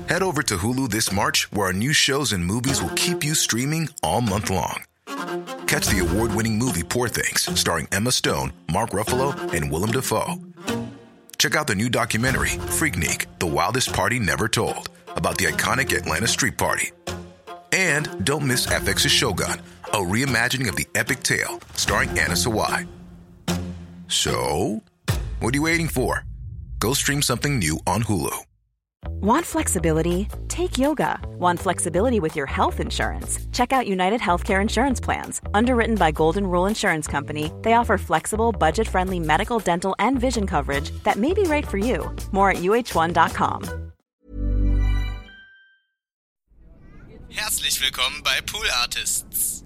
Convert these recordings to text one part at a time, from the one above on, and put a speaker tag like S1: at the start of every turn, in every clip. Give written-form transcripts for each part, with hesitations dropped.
S1: Head over to Hulu this March, where our new shows and movies will keep you streaming all month long. Catch the award-winning movie Poor Things, starring Emma Stone, Mark Ruffalo, and Willem Dafoe. Check out the new documentary, Freaknik, The Wildest Party Never Told, about the iconic Atlanta Street Party. And don't miss FX's Shogun, a reimagining of the epic tale, starring Anna Sawai. So, what are you waiting for? Go stream something new on Hulu.
S2: Want flexibility? Take yoga. Want flexibility with your health insurance? Check out United Healthcare Insurance Plans. Underwritten by Golden Rule Insurance Company, they offer flexible, budget-friendly medical, dental, and vision coverage that may be right for you. More at uh1.com.
S3: Herzlich willkommen bei Pool Artists.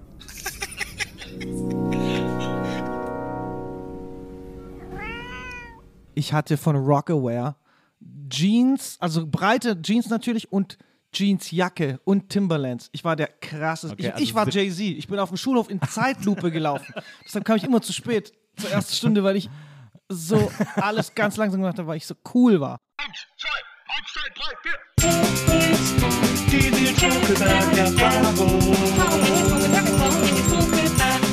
S4: Ich hatte von Rocawear Jeans, also breite Jeans natürlich und Jeansjacke und Timberlands. Ich war der krasseste.
S5: Okay,
S4: ich war Jay-Z. Ich bin auf dem Schulhof in Zeitlupe gelaufen. Deshalb kam ich immer zu spät zur ersten Stunde, weil ich so alles ganz langsam gemacht habe, weil ich so cool war.
S6: 1, 2, 3, 4.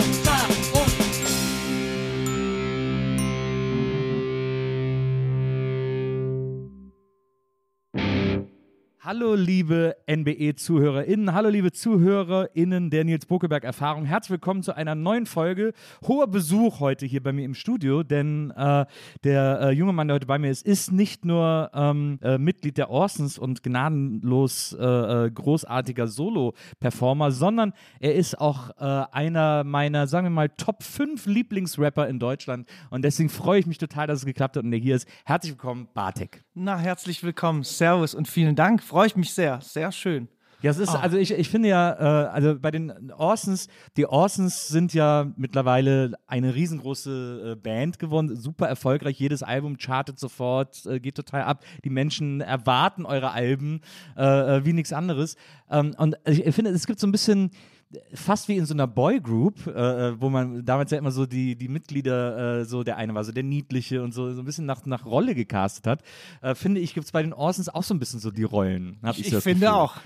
S5: Hallo liebe NBE-ZuhörerInnen, hallo liebe ZuhörerInnen der Nils Bokelberg-Erfahrung. Herzlich willkommen zu einer neuen Folge. Hoher Besuch heute hier bei mir im Studio, denn der junge Mann, der heute bei mir ist nicht nur Mitglied der Orsons und gnadenlos großartiger Solo-Performer, sondern er ist auch einer meiner, sagen wir mal, Top 5 Lieblingsrapper in Deutschland. Und deswegen freue ich mich total, dass es geklappt hat und er hier ist. Herzlich willkommen, Bartek.
S4: Na, herzlich willkommen. Servus und vielen Dank. Freue ich mich sehr. Sehr schön.
S5: Ja, es ist, also ich finde ja, also bei den Orsons, die Orsons sind ja mittlerweile eine riesengroße Band geworden, super erfolgreich, jedes Album chartet sofort, geht total ab, die Menschen erwarten eure Alben wie nichts anderes. Und ich finde, es gibt so ein bisschen fast wie in so einer Boygroup, wo man damals ja immer so die Mitglieder, so der eine war so der Niedliche und so ein bisschen nach Rolle gecastet hat, finde ich, gibt es bei den Orsons auch so ein bisschen so die Rollen.
S4: Ich finde Gefühl. Auch.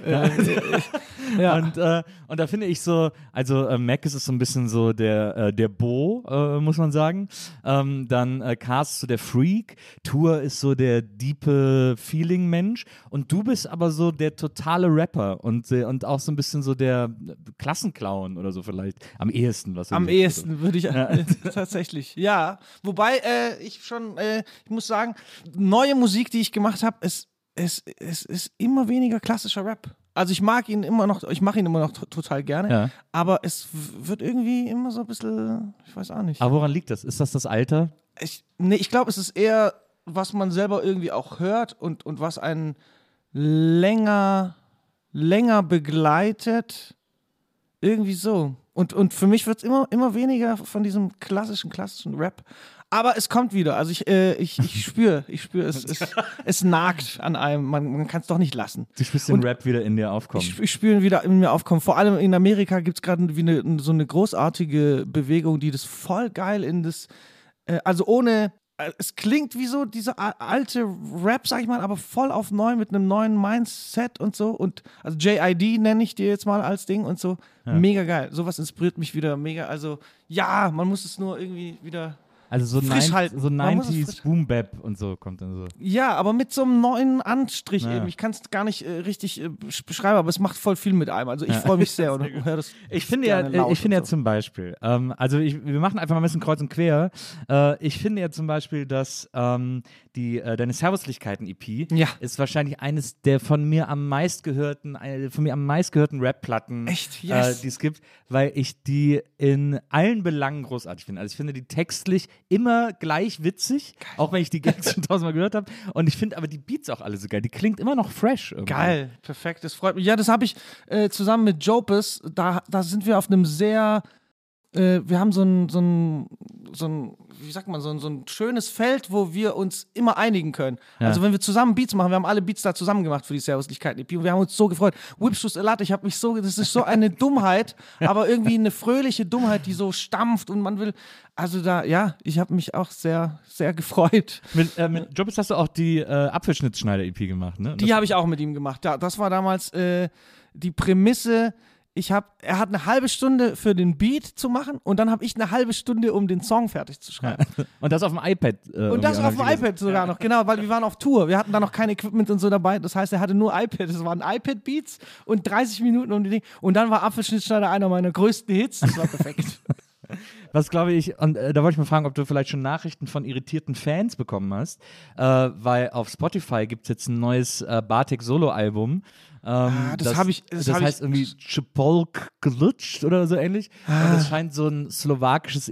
S5: Ja. Und da finde ich so, also Mac ist so ein bisschen so der Bo, muss man sagen. Dann Cast ist so der Freak, Tour ist so der diepe Feeling-Mensch und du bist aber so der totale Rapper und auch so ein bisschen so der Klassenclown oder so vielleicht. Am ehesten.
S4: Am ehesten würde ich tatsächlich. Ja, wobei ich muss sagen, neue Musik, die ich gemacht habe, es ist immer weniger klassischer Rap. Also ich mache ihn immer noch total gerne, aber es wird irgendwie immer so ein bisschen, ich weiß auch nicht.
S5: Aber woran liegt das? Ist das Alter?
S4: Ich glaube, es ist eher, was man selber irgendwie auch hört und was einen länger begleitet. Irgendwie so. Und für mich wird es immer weniger von diesem klassischen Rap. Aber es kommt wieder. Also ich spüre es nagt an einem. Man kann es doch nicht lassen.
S5: Du spürst den Rap wieder in dir aufkommen.
S4: Ich spüre ihn wieder in mir aufkommen. Vor allem in Amerika gibt es gerade so eine großartige Bewegung, die das voll geil in das, also ohne, es klingt wie so dieser alte Rap, sag ich mal, aber voll auf neu mit einem neuen Mindset und so. Und also JID nenne ich dir jetzt mal als Ding und so. Ja. Mega geil. Sowas inspiriert mich wieder mega. Also ja, man muss es nur irgendwie wieder
S5: also so
S4: frisch halten.
S5: So 90s Boom-Bap und so kommt dann so.
S4: Ja, aber mit so einem neuen Anstrich
S5: ja.
S4: eben. Ich kann es gar nicht richtig beschreiben, aber es macht voll viel mit einem. Also ich freue mich sehr und höre das.
S5: Ich finde ja zum Beispiel, wir machen einfach mal ein bisschen kreuz und quer. Ich finde ja zum Beispiel, dass deine Servuslichkeiten-EP ist wahrscheinlich eines der von mir am meistgehörten Rap-Platten,
S4: echt? Yes.
S5: Die es gibt, weil ich die in allen Belangen großartig finde. Also ich finde die textlich immer gleich witzig, geil. Auch wenn ich die Gags schon tausendmal gehört habe. Und ich finde aber die Beats auch alle so geil. Die klingt immer noch fresh. Irgendwie.
S4: Geil, perfekt, das freut mich. Ja, das habe ich zusammen mit Jopes, da sind wir auf einem sehr, wir haben so ein wie sagt man, so ein schönes Feld, wo wir uns immer einigen können.
S5: Ja.
S4: Also wenn wir zusammen Beats machen, wir haben alle Beats da zusammen gemacht für die Servuslichkeiten-EP und wir haben uns so gefreut. Whipschuss Elat, das ist so eine Dummheit, aber irgendwie eine fröhliche Dummheit, die so stampft und man will, also ich habe mich auch sehr, sehr gefreut.
S5: Mit Jobis hast du auch die Apfelschnittschneider-EP gemacht, ne?
S4: Die habe ich auch mit ihm gemacht. Ja, das war damals die Prämisse. Er hat eine halbe Stunde für den Beat zu machen und dann habe ich eine halbe Stunde, um den Song fertig zu schreiben.
S5: Und das auf dem iPad.
S4: Und das auf dem iPad sogar noch, genau, weil wir waren auf Tour. Wir hatten da noch kein Equipment und so dabei. Das heißt, er hatte nur iPad. Es waren iPad-Beats und 30 Minuten um die Dinge. Und dann war Apfelschnittschneider einer meiner größten Hits. Das war perfekt.
S5: Was glaube ich, und da wollte ich mal fragen, ob du vielleicht schon Nachrichten von irritierten Fans bekommen hast, weil auf Spotify gibt es jetzt ein neues Bartek-Solo-Album.
S4: Das
S5: heißt irgendwie Chipolk Glitch oder so ähnlich. Und das scheint so ein slowakisches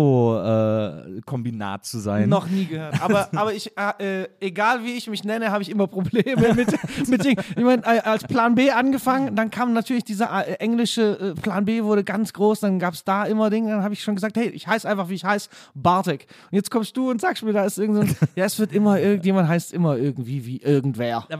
S5: Elektro-Kombinat zu sein.
S4: Noch nie gehört. Aber ich, egal wie ich mich nenne, habe ich immer Probleme mit Dingen. Ich meine, als Plan B angefangen, dann kam natürlich dieser englische Plan B wurde ganz groß, dann gab es da immer Dinge, dann habe ich schon gesagt, hey, ich heiße einfach, wie ich heiße, Bartek. Und jetzt kommst du und sagst mir, da ist irgend so ein, ja, es wird immer, irgendjemand heißt immer irgendwie wie irgendwer.
S5: Aber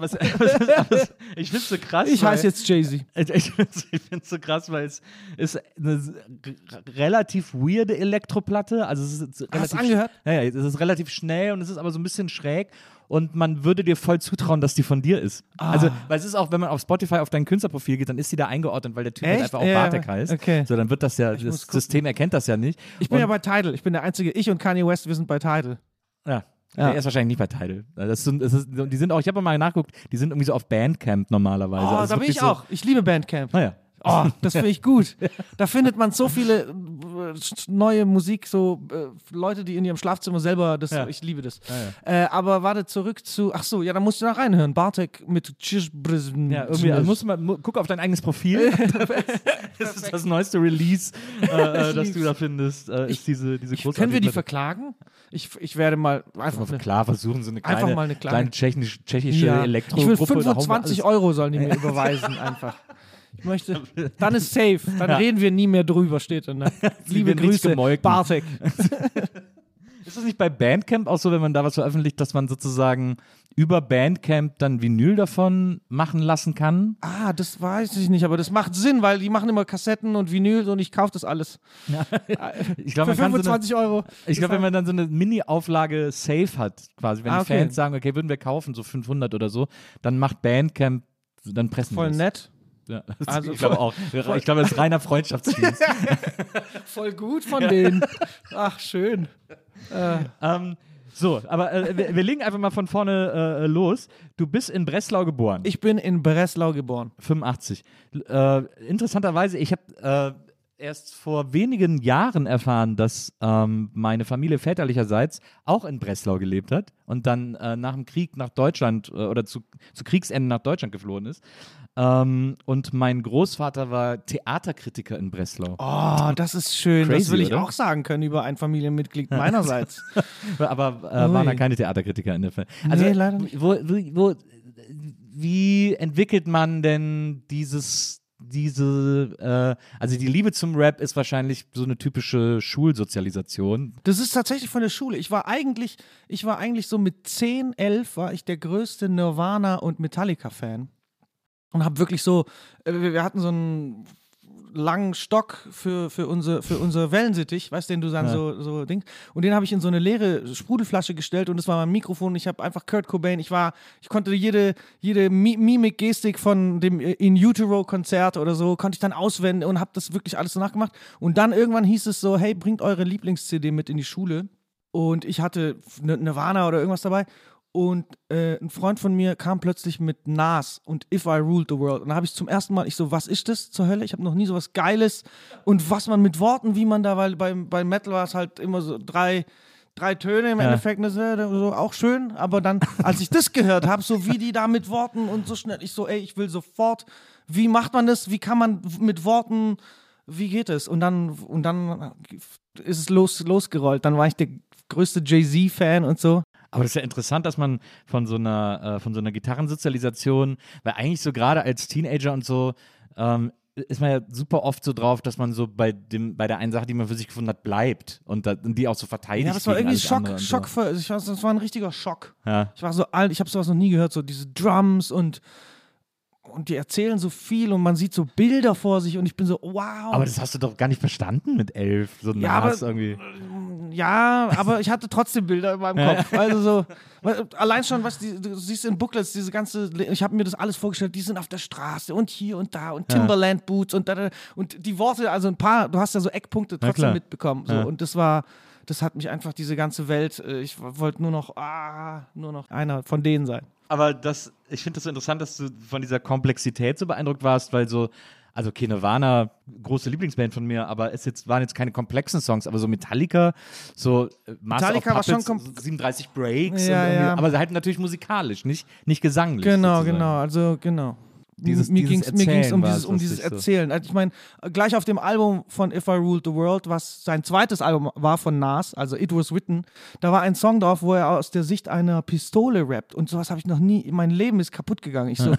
S5: ich finde es so krass.
S4: Ich heiße jetzt Jay-Z.
S5: Ich finde es so krass, weil es ist eine relativ weirde Elektroplatte. Also es ist
S4: Hast du angehört?
S5: Ja, es ist relativ schnell und es ist aber so ein bisschen schräg. Und man würde dir voll zutrauen, dass die von dir ist. Also, weil es ist auch, wenn man auf Spotify auf dein Künstlerprofil geht, dann ist die da eingeordnet, weil der Typ halt einfach auch Bartek heißt.
S4: Okay.
S5: So, dann wird das ja, das System erkennt das ja nicht.
S4: Ich bin ja bei Tidal. Ich bin der Einzige. Ich und Kanye West, wir sind bei Tidal.
S5: Ja. Der ist wahrscheinlich nicht bei Tidal. Die sind auch, ich habe mal nachgeguckt, die sind irgendwie so auf Bandcamp normalerweise.
S4: Oh, da bin ich auch. Ich liebe Bandcamp.
S5: Naja.
S4: Oh, das finde ich gut. Da findet man so viele neue Musik, so Leute, die in ihrem Schlafzimmer selber, ich liebe das. Aber warte, zurück zu, da musst du da reinhören. Bartek mit Tschisbrism.
S5: Ja, irgendwie, also musst du mal, guck auf dein eigenes Profil. Das ist das neueste Release, das du da findest, ist diese großartige
S4: Können wir die verklagen? Ich werde mal einfach
S5: klar versuchen, so eine kleine tschechische Elektrogruppe.
S4: Ich will 25 € sollen die mir überweisen, einfach. Ich möchte, dann ist safe, dann reden wir nie mehr drüber, steht dann. Liebe Grüße, Bartek.
S5: Ist das nicht bei Bandcamp auch so, wenn man da was veröffentlicht, dass man sozusagen über Bandcamp dann Vinyl davon machen lassen kann?
S4: Das weiß ich nicht, aber das macht Sinn, weil die machen immer Kassetten und Vinyl und ich kaufe das alles.
S5: Ja. Ich glaub,
S4: für 25 €.
S5: Ich glaube, wenn man dann so eine Mini-Auflage safe hat, quasi, wenn die Fans sagen, okay, würden wir kaufen, so 500 oder so, dann macht Bandcamp, dann pressen wir das.
S4: Voll nett.
S5: Ja, also ich glaube auch. Ich glaube, das ist reiner Freundschaftsdienst.
S4: Voll gut von denen. Ach, schön.
S5: So, aber wir legen einfach mal von vorne los. Du bist in Breslau geboren.
S4: Ich bin in Breslau geboren.
S5: 85. Interessanterweise, ich habe erst vor wenigen Jahren erfahren, dass meine Familie väterlicherseits auch in Breslau gelebt hat und dann nach dem Krieg nach Deutschland oder zu Kriegsende nach Deutschland geflohen ist. Und mein Großvater war Theaterkritiker in Breslau.
S4: Oh, das ist schön.
S5: Crazy,
S4: das will ich
S5: oder?
S4: auch sagen können über ein Familienmitglied meinerseits.
S5: Aber waren da keine Theaterkritiker in der Fall? Also,
S4: nee, leider nicht.
S5: Wie entwickelt man denn also die Liebe zum Rap ist wahrscheinlich so eine typische Schulsozialisation.
S4: Das ist tatsächlich von der Schule. Ich war eigentlich so mit 10, 11 war ich der größte Nirvana- und Metallica-Fan. Und habe wirklich so, wir hatten so einen langen Stock für unser Wellensittich, weißt du, den du dann so Ding. Und den habe ich in so eine leere Sprudelflasche gestellt und das war mein Mikrofon. Ich habe einfach Kurt Cobain, ich konnte jede Mimik, Gestik von dem In Utero-Konzert oder so, konnte ich dann auswenden und habe das wirklich alles so nachgemacht. Und dann irgendwann hieß es so, hey, bringt eure Lieblings-CD mit in die Schule. Und ich hatte eine Nirvana oder irgendwas dabei. Und ein Freund von mir kam plötzlich mit Nas und If I Ruled the World. Und da habe ich zum ersten Mal, was ist das zur Hölle? Ich habe noch nie sowas Geiles. Und was man mit Worten, wie man da, weil bei Metal war es halt immer so drei Töne im Endeffekt, so auch schön. Aber dann, als ich das gehört habe, so wie die da mit Worten und so schnell, ich ich will sofort, wie macht man das? Wie kann man mit Worten, wie geht es? Und dann ist es losgerollt. Dann war ich der größte Jay-Z-Fan und so.
S5: Aber das ist ja interessant, dass man von so einer Gitarrensozialisation, weil eigentlich so gerade als Teenager und so, ist man ja super oft so drauf, dass man so bei der einen Sache, die man für sich gefunden hat, bleibt und die auch so verteidigt.
S4: Ja, das war irgendwie
S5: Schock.
S4: Das war ein richtiger Schock.
S5: Ja.
S4: Ich war so alt, ich habe sowas noch nie gehört, so diese Drums und die erzählen so viel und man sieht so Bilder vor sich und ich bin so, wow.
S5: Aber das hast du doch gar nicht verstanden mit 11, so Nas irgendwie.
S4: Ja, aber ich hatte trotzdem Bilder in meinem Kopf. Also so, allein schon, du siehst in Booklets, diese ganze, ich habe mir das alles vorgestellt, die sind auf der Straße und hier und da und Timberland Boots und da und die Worte, also ein paar, du hast ja so Eckpunkte trotzdem mitbekommen. So, und das hat mich einfach diese ganze Welt, ich wollte nur noch einer von denen sein.
S5: Aber ich finde das so interessant, dass du von dieser Komplexität so beeindruckt warst, weil so, also okay, Nirvana, große Lieblingsband von mir, aber waren jetzt keine komplexen Songs, aber so Metallica, so
S4: Metallica
S5: Master of Puppets,
S4: war schon
S5: 37 Breaks,
S4: ja.
S5: aber halt natürlich musikalisch, nicht gesanglich.
S4: Genau,
S5: sozusagen.
S4: genau. Mir
S5: Dieses
S4: ging es
S5: Erzählen
S4: um dieses Erzählen. Also ich meine, gleich auf dem Album von If I Ruled the World, was sein zweites Album war von Nas, also It Was Written, da war ein Song drauf, wo er aus der Sicht einer Pistole rappt. Und sowas habe ich noch nie, mein Leben ist kaputt gegangen. Ich so,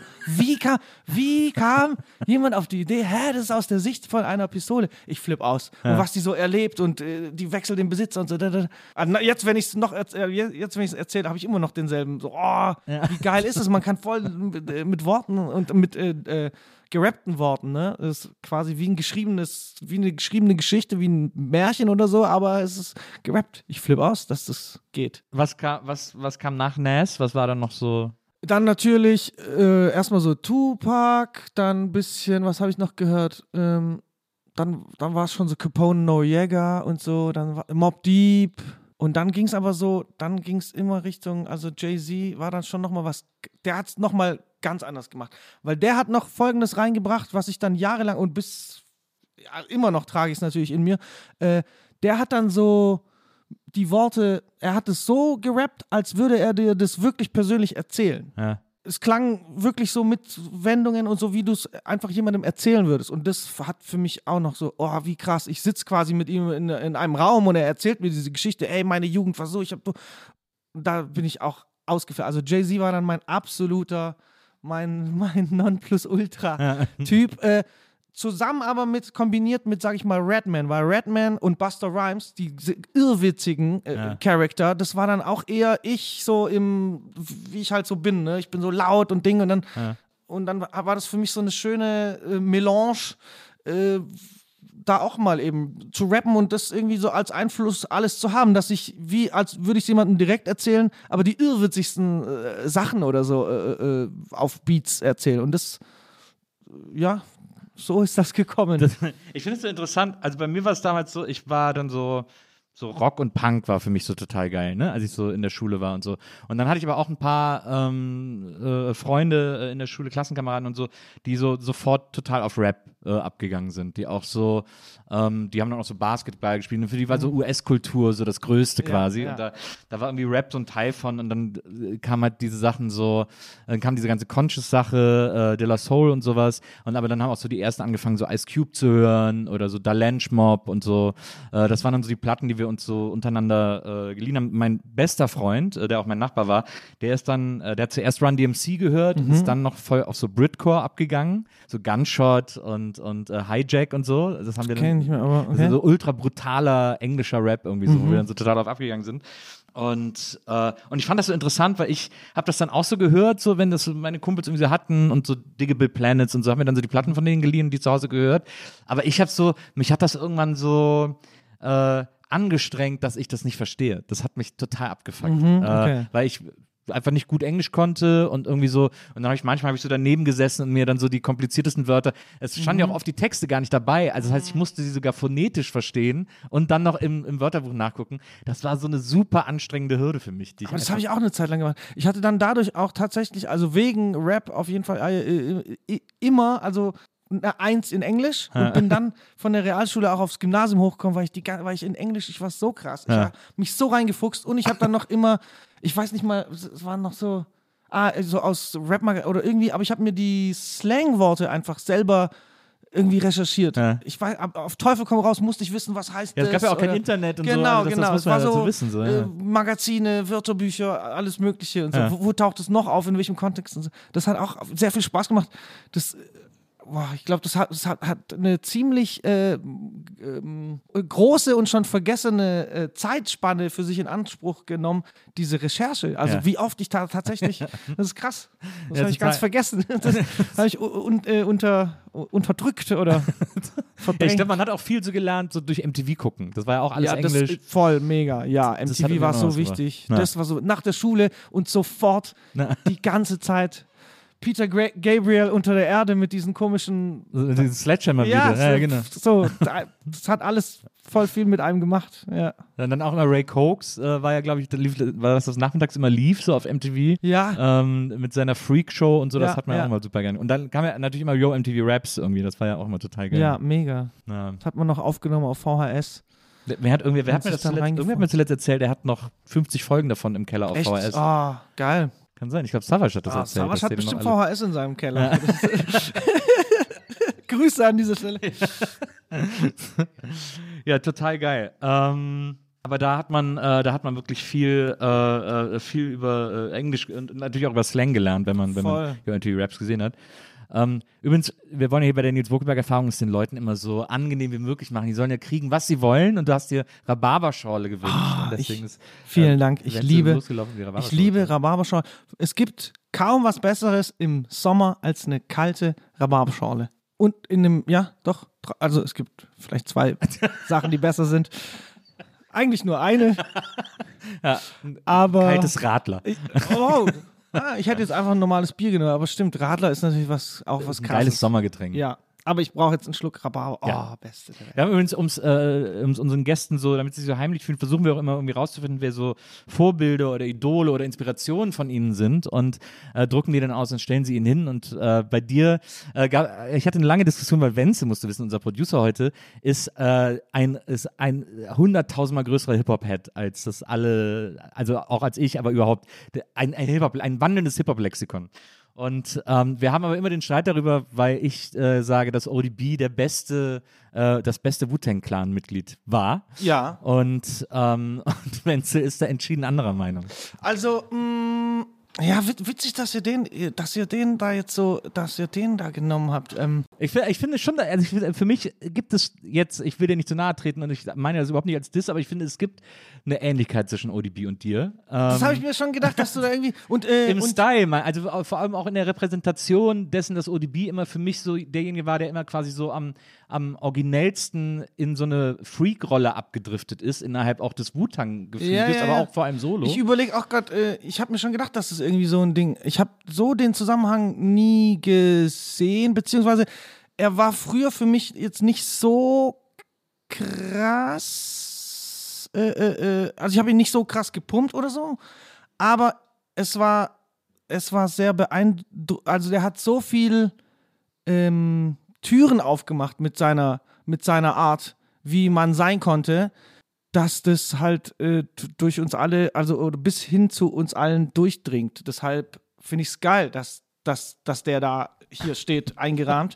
S4: wie kam jemand auf die Idee, das ist aus der Sicht von einer Pistole? Ich flipp aus. Ja. Und was die so erlebt und die wechselt den Besitzer und so. Jetzt, wenn ich es erzähle, habe ich immer noch denselben. So, wie geil ist es? Man kann voll mit Worten und mit gerappten Worten, ne? Das ist quasi wie eine geschriebene Geschichte, wie ein Märchen oder so, aber es ist gerappt. Ich flippe aus, dass das geht.
S5: Was kam nach Nas? Was war dann noch so?
S4: Dann natürlich erstmal so Tupac, dann ein bisschen, was habe ich noch gehört? Dann war es schon so Capone, Noriega und so, dann war Mobb Deep. Und dann ging es immer Richtung, also Jay-Z war dann schon nochmal was, der hat es nochmal ganz anders gemacht. Weil der hat noch Folgendes reingebracht, was ich dann jahrelang und immer noch trage ich es natürlich in mir, der hat dann so die Worte, er hat es so gerappt, als würde er dir das wirklich persönlich erzählen. Ja. Es klang wirklich so mit Wendungen und so, wie du es einfach jemandem erzählen würdest. Und das hat für mich auch noch so, wie krass. Ich sitze quasi mit ihm in einem Raum und er erzählt mir diese Geschichte. Ey, meine Jugend war so, da bin ich auch ausgefällt. Also Jay-Z war dann mein absoluter, mein Nonplusultra-Typ. Zusammen aber kombiniert mit, sag ich mal, Redman, weil Redman und Busta Rhymes, die irrwitzigen Charakter, das war dann auch eher ich so wie ich halt so bin, ne? Ich bin so laut und Ding und dann war das für mich so eine schöne Melange, da auch mal eben zu rappen und das irgendwie so als Einfluss alles zu haben, dass ich, als würde ich es jemandem direkt erzählen, aber die irrwitzigsten Sachen oder so auf Beats erzählen und das, so ist das gekommen.
S5: Ich finde es so interessant. Also bei mir war es damals so, ich war dann so Rock und Punk war für mich so total geil, ne? Als ich so in der Schule war und so. Und dann hatte ich aber auch ein paar Freunde in der Schule, Klassenkameraden und so, die so sofort total auf Rap abgegangen sind. Die auch so, die haben dann auch so Basketball gespielt. Und für die war so US-Kultur so das Größte quasi. Ja. Und da war irgendwie Rap so ein Teil von. Und dann kam halt diese Sachen so, dann kam diese ganze Conscious-Sache, De La Soul und sowas. Und aber dann haben auch so die ersten angefangen, so Ice Cube zu hören oder so Dalange Mob und so. Das waren dann so die Platten, die wir uns so untereinander geliehen haben. Mein bester Freund, der auch mein Nachbar war, der hat zuerst Run DMC gehört, ist dann noch voll auf so Britcore abgegangen, so Gunshot und Hijack und so. Das haben wir dann,
S4: nicht mehr, aber okay.
S5: Also so ultra brutaler englischer Rap irgendwie so, wo wir dann so total drauf abgegangen sind. Und ich fand das so interessant, weil ich habe das dann auch so gehört, so wenn das meine Kumpels irgendwie so hatten und so Digable Planets und so, haben wir dann so die Platten von denen geliehen, die zu Hause gehört. Aber mich hat das irgendwann so angestrengt, dass ich das nicht verstehe. Das hat mich total abgefuckt, weil ich einfach nicht gut Englisch konnte und irgendwie so, und dann habe ich so daneben gesessen und mir dann so die kompliziertesten Wörter, es standen ja auch oft die Texte gar nicht dabei, also das heißt, ich musste sie sogar phonetisch verstehen und dann noch im Wörterbuch nachgucken. Das war so eine super anstrengende Hürde für mich.
S4: Aber das habe ich auch eine Zeit lang gemacht. Ich hatte dann dadurch auch tatsächlich, also wegen Rap auf jeden Fall immer, also eine 1 in Englisch und bin dann von der Realschule auch aufs Gymnasium hochgekommen, weil ich in Englisch, ich war so krass. Ich habe mich so reingefuchst und ich habe dann noch immer, ich weiß nicht mal, es waren noch so, so aus Rap oder irgendwie, aber ich habe mir die Slangworte einfach selber irgendwie recherchiert. Ja. Ich weiß, auf Teufel komm raus, musste ich wissen, was heißt das.
S5: Es gab ja auch kein Internet und so.
S4: Genau,
S5: also
S4: das
S5: muss man
S4: war so
S5: wissen. So, ja.
S4: Magazine, Wörterbücher, alles Mögliche und so. Wo taucht es noch auf, in welchem Kontext und so. Das hat auch sehr viel Spaß gemacht. ich glaube, das hat eine ziemlich große und schon vergessene Zeitspanne für sich in Anspruch genommen, diese Recherche. Also wie oft ich tatsächlich, das ist krass, das habe ich ganz vergessen. Das habe ich unterdrückt oder verdrängt.
S5: Ich glaube, man hat auch viel so gelernt, so durch MTV gucken. Das war ja auch alles Englisch.
S4: Das voll mega. Ja, MTV war so wichtig. Das war so nach der Schule und sofort die ganze Zeit Peter Gabriel unter der Erde mit diesen komischen
S5: diesen Sledgehammer-Video. Ja, genau.
S4: So, das hat alles voll viel mit einem gemacht. Ja.
S5: Dann auch immer Ray Cokes war ja, glaube ich, war das nachmittags immer lief, so auf MTV.
S4: Ja.
S5: Mit seiner Freak-Show und so, das hat man
S4: ja
S5: auch immer super gerne. Und dann kam ja natürlich immer Yo MTV Raps irgendwie, das war ja auch immer total geil.
S4: Ja, mega. Ja. Das hat man noch aufgenommen auf VHS.
S5: Wer hat mir zuletzt erzählt, er hat noch 50 Folgen davon im Keller auf
S4: Echt?
S5: VHS.
S4: Oh, geil.
S5: Kann sein, ich glaube, Savas hat das erzählt.
S4: Savas hat bestimmt VHS in seinem Keller. Ja. Grüße an dieser Stelle.
S5: Ja, total geil. Aber da hat man wirklich viel über Englisch und natürlich auch über Slang gelernt, wenn man die Raps gesehen hat. Übrigens, wir wollen ja hier bei der Nils Bokelberg-Erfahrung es den Leuten immer so angenehm wie möglich machen. Die sollen ja kriegen, was sie wollen, und du hast dir Rhabarberschorle gewünscht. Und deswegen
S4: vielen Dank. Ich liebe Rhabarberschorle. Es gibt kaum was Besseres im Sommer als eine kalte Rhabarberschorle. Und also es gibt vielleicht 2 Sachen, die besser sind. Eigentlich nur eine.
S5: Ja,
S4: aber
S5: kaltes Radler.
S4: Ich hätte jetzt einfach ein normales Bier genommen, aber stimmt, Radler ist natürlich was krasses.
S5: Geiles Sommergetränk.
S4: Ja, aber ich brauche jetzt einen Schluck Rhabarber.
S5: Ja.
S4: Beste der Welt.
S5: Wir haben übrigens, unseren Gästen so, damit sie sich so heimlich fühlen, versuchen wir auch immer irgendwie rauszufinden, wer so Vorbilder oder Idole oder Inspirationen von ihnen sind, und drucken die dann aus und stellen sie ihnen hin. Und bei dir, ich hatte eine lange Diskussion, weil Wenzel, musst du wissen, unser Producer heute, ist ein 100.000-mal größerer Hip-Hop-Head als das alle, also auch als ich, aber überhaupt ein wandelndes Hip-Hop-Lexikon. Und wir haben aber immer den Streit darüber, weil ich sage, dass ODB das beste Wu-Tang-Clan-Mitglied war.
S4: Ja.
S5: Und Wenzel ist da entschieden anderer Meinung.
S4: Also, witzig, dass ihr den da genommen habt.
S5: Ich finde schon, also für mich gibt es jetzt, ich will dir nicht zu nahe treten und ich meine das überhaupt nicht als Diss, aber ich finde, es gibt eine Ähnlichkeit zwischen ODB und dir.
S4: Das habe ich mir schon gedacht, dass du da irgendwie
S5: im Style, also vor allem auch in der Repräsentation dessen, dass ODB immer für mich so derjenige war, der immer quasi so am originellsten in so eine Freak-Rolle abgedriftet ist, innerhalb auch des Wu-Tang-Gefüges, aber auch vor allem solo.
S4: Ich überlege auch gerade, ich habe mir schon gedacht, dass es irgendwie so ein Ding, ich habe so den Zusammenhang nie gesehen, beziehungsweise er war früher für mich jetzt nicht so krass, also ich habe ihn nicht so krass gepumpt oder so, aber es war sehr beeindruckend, also der hat so viel Türen aufgemacht mit seiner Art, wie man sein konnte, dass das halt durch uns alle, also oder bis hin zu uns allen durchdringt. Deshalb finde ich es geil, dass der da hier steht, eingerahmt.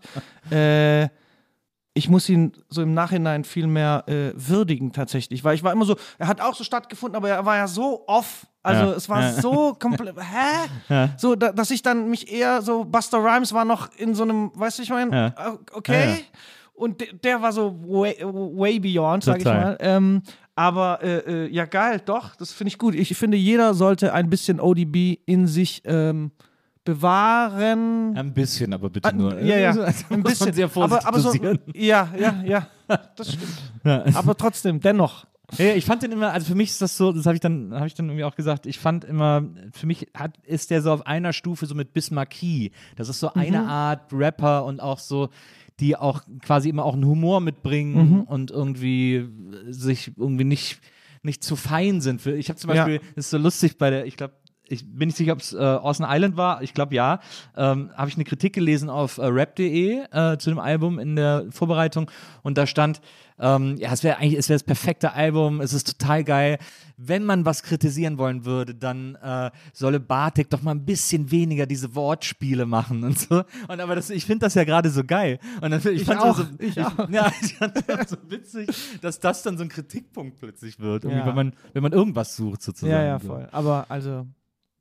S4: Ich muss ihn so im Nachhinein viel mehr würdigen tatsächlich, weil ich war immer so, er hat auch so stattgefunden, aber er war ja so off, also es war so komplett, so, dass ich dann mich eher so, Busta Rhymes war noch in so einem, weißt du, ich meine, okay, und der war so way beyond, sag ich mal, aber ja geil, doch, das finde ich gut. Ich finde, jeder sollte ein bisschen ODB in sich bewahren.
S5: Ein bisschen, aber bitte nur.
S4: Ja.
S5: Also, ein bisschen. Sehr vorsichtig
S4: aber so, ja, das stimmt. Ja. Aber trotzdem, dennoch.
S5: Ja, ich fand den immer, also für mich ist das so, das habe ich dann irgendwie auch gesagt, ich fand immer, für mich ist der so auf einer Stufe so mit Biz Markie. Das ist so eine Art Rapper und auch so, die auch quasi immer auch einen Humor mitbringen und irgendwie sich irgendwie nicht zu fein sind. Ich habe zum Beispiel, das ist so lustig ich bin nicht sicher, ob es Austin Island war, ich glaube ja, habe ich eine Kritik gelesen auf rap.de zu dem Album in der Vorbereitung, und da stand, es wäre das perfekte Album, es ist total geil. Wenn man was kritisieren wollen würde, dann solle Bartek doch mal ein bisschen weniger diese Wortspiele machen und so. Und aber ich finde das ja gerade so geil. Und dann, ich fand es so witzig, dass das dann so ein Kritikpunkt plötzlich wird, wenn man irgendwas sucht sozusagen.
S4: Ja, voll. Aber also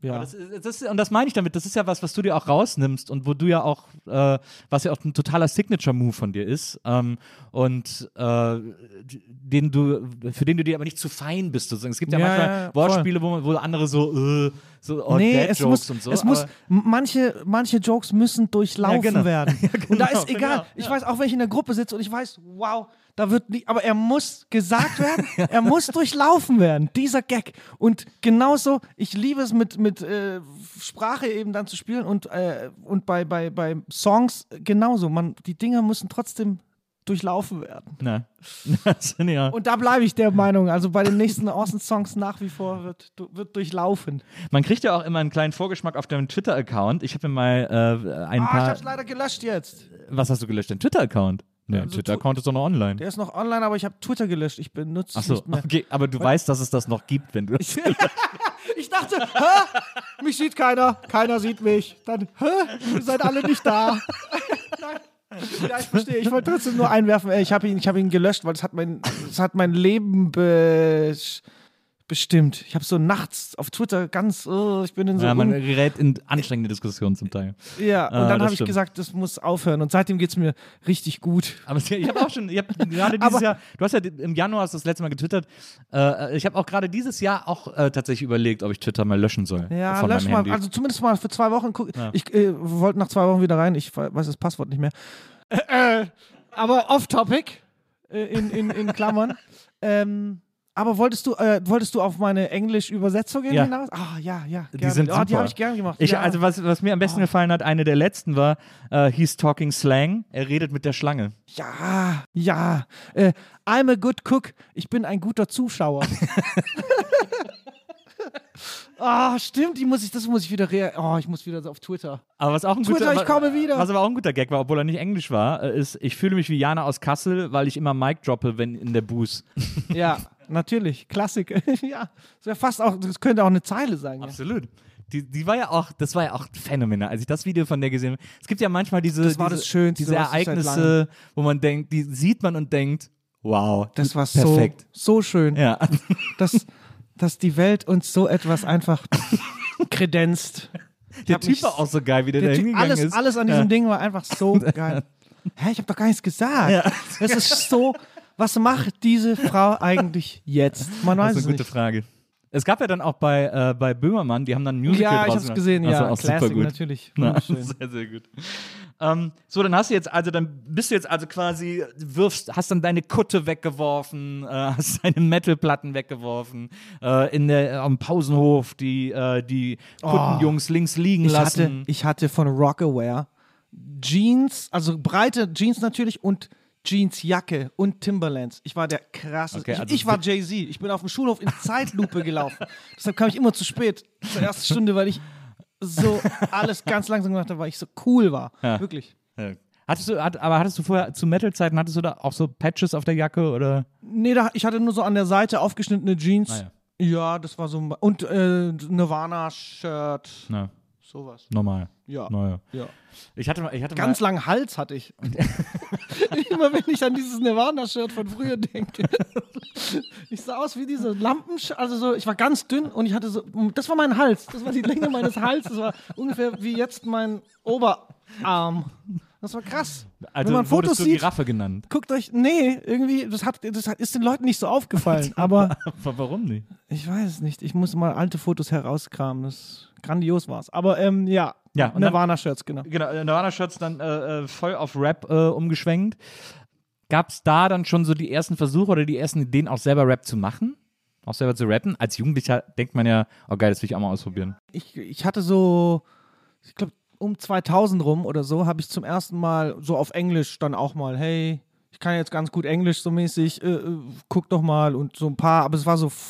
S4: Ja.
S5: Und das meine ich damit, das ist ja was du dir auch rausnimmst und wo du ja auch, was ja auch ein totaler Signature-Move von dir ist und für den du dir aber nicht zu fein bist. Sozusagen. Es gibt ja manchmal Wortspiele, wo andere Dad-Jokes und so.
S4: Manche Jokes müssen durchlaufen werden.
S5: Ja, genau,
S4: und da ist egal. Ich weiß, auch wenn ich in der Gruppe sitze und ich weiß, wow, da wird nicht, aber er muss gesagt werden, er muss durchlaufen werden, dieser Gag. Und genauso, ich liebe es mit Sprache eben dann zu spielen und bei Songs genauso. Die Dinger müssen trotzdem durchlaufen werden.
S5: Na. Ja.
S4: Und da bleibe ich der Meinung, also bei den nächsten Awesome-Songs nach wie vor wird durchlaufen.
S5: Man kriegt ja auch immer einen kleinen Vorgeschmack auf deinem Twitter-Account. Ich habe mir mal ein paar...
S4: Ich hab's leider gelöscht jetzt.
S5: Was hast du gelöscht? Dein Twitter-Account? Der Twitter-Account ist doch noch online.
S4: Der ist noch online, aber ich habe Twitter gelöscht. Ich benutze es nicht mehr.
S5: Okay, aber du weißt, dass es das noch gibt, wenn du das
S4: Ich dachte, mich sieht keiner sieht mich. Dann, ihr seid alle nicht da. Nein. Ja, ich verstehe. Ich wollte trotzdem nur einwerfen, ich hab ihn gelöscht, weil es hat mein Leben bestimmt. Ich habe so nachts auf Twitter ich bin in so...
S5: Ja, man gerät in anstrengende Diskussionen zum Teil.
S4: Ja, und dann habe ich gesagt, das muss aufhören. Und seitdem geht es mir richtig gut.
S5: Aber ich habe gerade dieses Jahr, du hast ja im Januar das letzte Mal getwittert, ich habe auch gerade dieses Jahr auch tatsächlich überlegt, ob ich Twitter mal löschen soll.
S4: Ja, lösch mal. Also zumindest mal für 2 Wochen gucken. Ja. Ich wollte nach 2 Wochen wieder rein. Ich weiß das Passwort nicht mehr. Aber off-topic, in Klammern. Aber wolltest du auf meine Englisch-Übersetzung hinaus? Ja, gerne.
S5: Die sind super.
S4: Die habe ich gern gemacht.
S5: Also was mir am besten gefallen hat, eine der letzten war, he's talking slang, er redet mit der Schlange.
S4: Ja. I'm a good cook, ich bin ein guter Zuschauer. Stimmt, das muss ich wieder ich muss wieder auf Twitter.
S5: Aber was auch ein
S4: ich komme wieder.
S5: Was aber auch ein guter Gag war, obwohl er nicht Englisch war, ist, ich fühle mich wie Jana aus Kassel, weil ich immer Mic droppe, wenn in der Booth.
S4: Ja, natürlich, Klassik. Ja, das könnte auch eine Zeile sein.
S5: Absolut. Die war ja auch, das war ja auch phänomenal, als ich das Video von der gesehen habe. Es gibt ja manchmal diese Ereignisse, wo man denkt, die sieht man und denkt, wow,
S4: das war
S5: perfekt.
S4: So schön.
S5: Ja.
S4: Dass die Welt uns so etwas einfach kredenzt.
S5: Der Typ war auch so geil, wie der da hingegangen ist.
S4: Alles an diesem Ding war einfach so geil. Ich habe doch gar nichts gesagt. Ja. Das ist so, was macht diese Frau eigentlich jetzt? Man weiß es nicht.
S5: Das ist eine gute Frage. Es gab ja dann auch bei Böhmermann, die haben dann ein Musical
S4: draus gemacht. Ja, ich hab's gesehen, ja.
S5: Auch
S4: Classic,
S5: super gut.
S4: Natürlich.
S5: Ja, sehr, sehr gut. So, dann bist du jetzt also quasi, hast dann deine Kutte weggeworfen, hast deine Metal-Platten weggeworfen, am Pausenhof die Kuttenjungs links liegen lassen.
S4: Ich hatte von Rockaware Jeans, also breite Jeans natürlich und Jeansjacke und Timberlands. Ich war der krasseste.
S5: Okay, also
S4: ich war Jay-Z. Ich bin auf dem Schulhof in Zeitlupe gelaufen. Deshalb kam ich immer zu spät zur ersten Stunde, weil ich so alles ganz langsam gemacht habe, weil ich so cool war. Ja. Wirklich.
S5: Ja. Hattest du vorher zu Metal-Zeiten, hattest du da auch so Patches auf der Jacke oder?
S4: Nee, ich hatte nur so an der Seite aufgeschnittene Jeans.
S5: Ah,
S4: ja. Ja, das war so. Und Nirvana-Shirt.
S5: Na.
S4: Sowas.
S5: Normal.
S4: Ja.
S5: Naja.
S4: Ja.
S5: Ich hatte
S4: ganz langen Hals hatte ich. Immer wenn ich an dieses Nirvana-Shirt von früher denke. Ich sah aus wie diese Lampen, also so, ich war ganz dünn und ich hatte so, das war mein Hals, das war die Länge meines Halses, das war ungefähr wie jetzt mein Oberarm. Das war krass.
S5: Also
S4: wenn man Fotos
S5: du
S4: sieht,
S5: Giraffe genannt?
S4: Guckt euch, irgendwie, das ist den Leuten nicht so aufgefallen, aber
S5: warum nicht?
S4: Ich weiß es nicht, ich muss mal alte Fotos herauskramen, grandios war's. Aber ja, Nirvana-Shirts, genau.
S5: Genau, Nirvana-Shirts dann voll auf Rap umgeschwenkt. Gab es da dann schon so die ersten Versuche oder die ersten Ideen, auch selber Rap zu machen? Auch selber zu rappen? Als Jugendlicher denkt man ja, oh geil, das will ich auch mal ausprobieren.
S4: Ich hatte so, ich glaube, um 2000 rum oder so, habe ich zum ersten Mal so auf Englisch dann auch mal, hey, ich kann jetzt ganz gut Englisch so mäßig, guck doch mal und so ein paar, aber es war so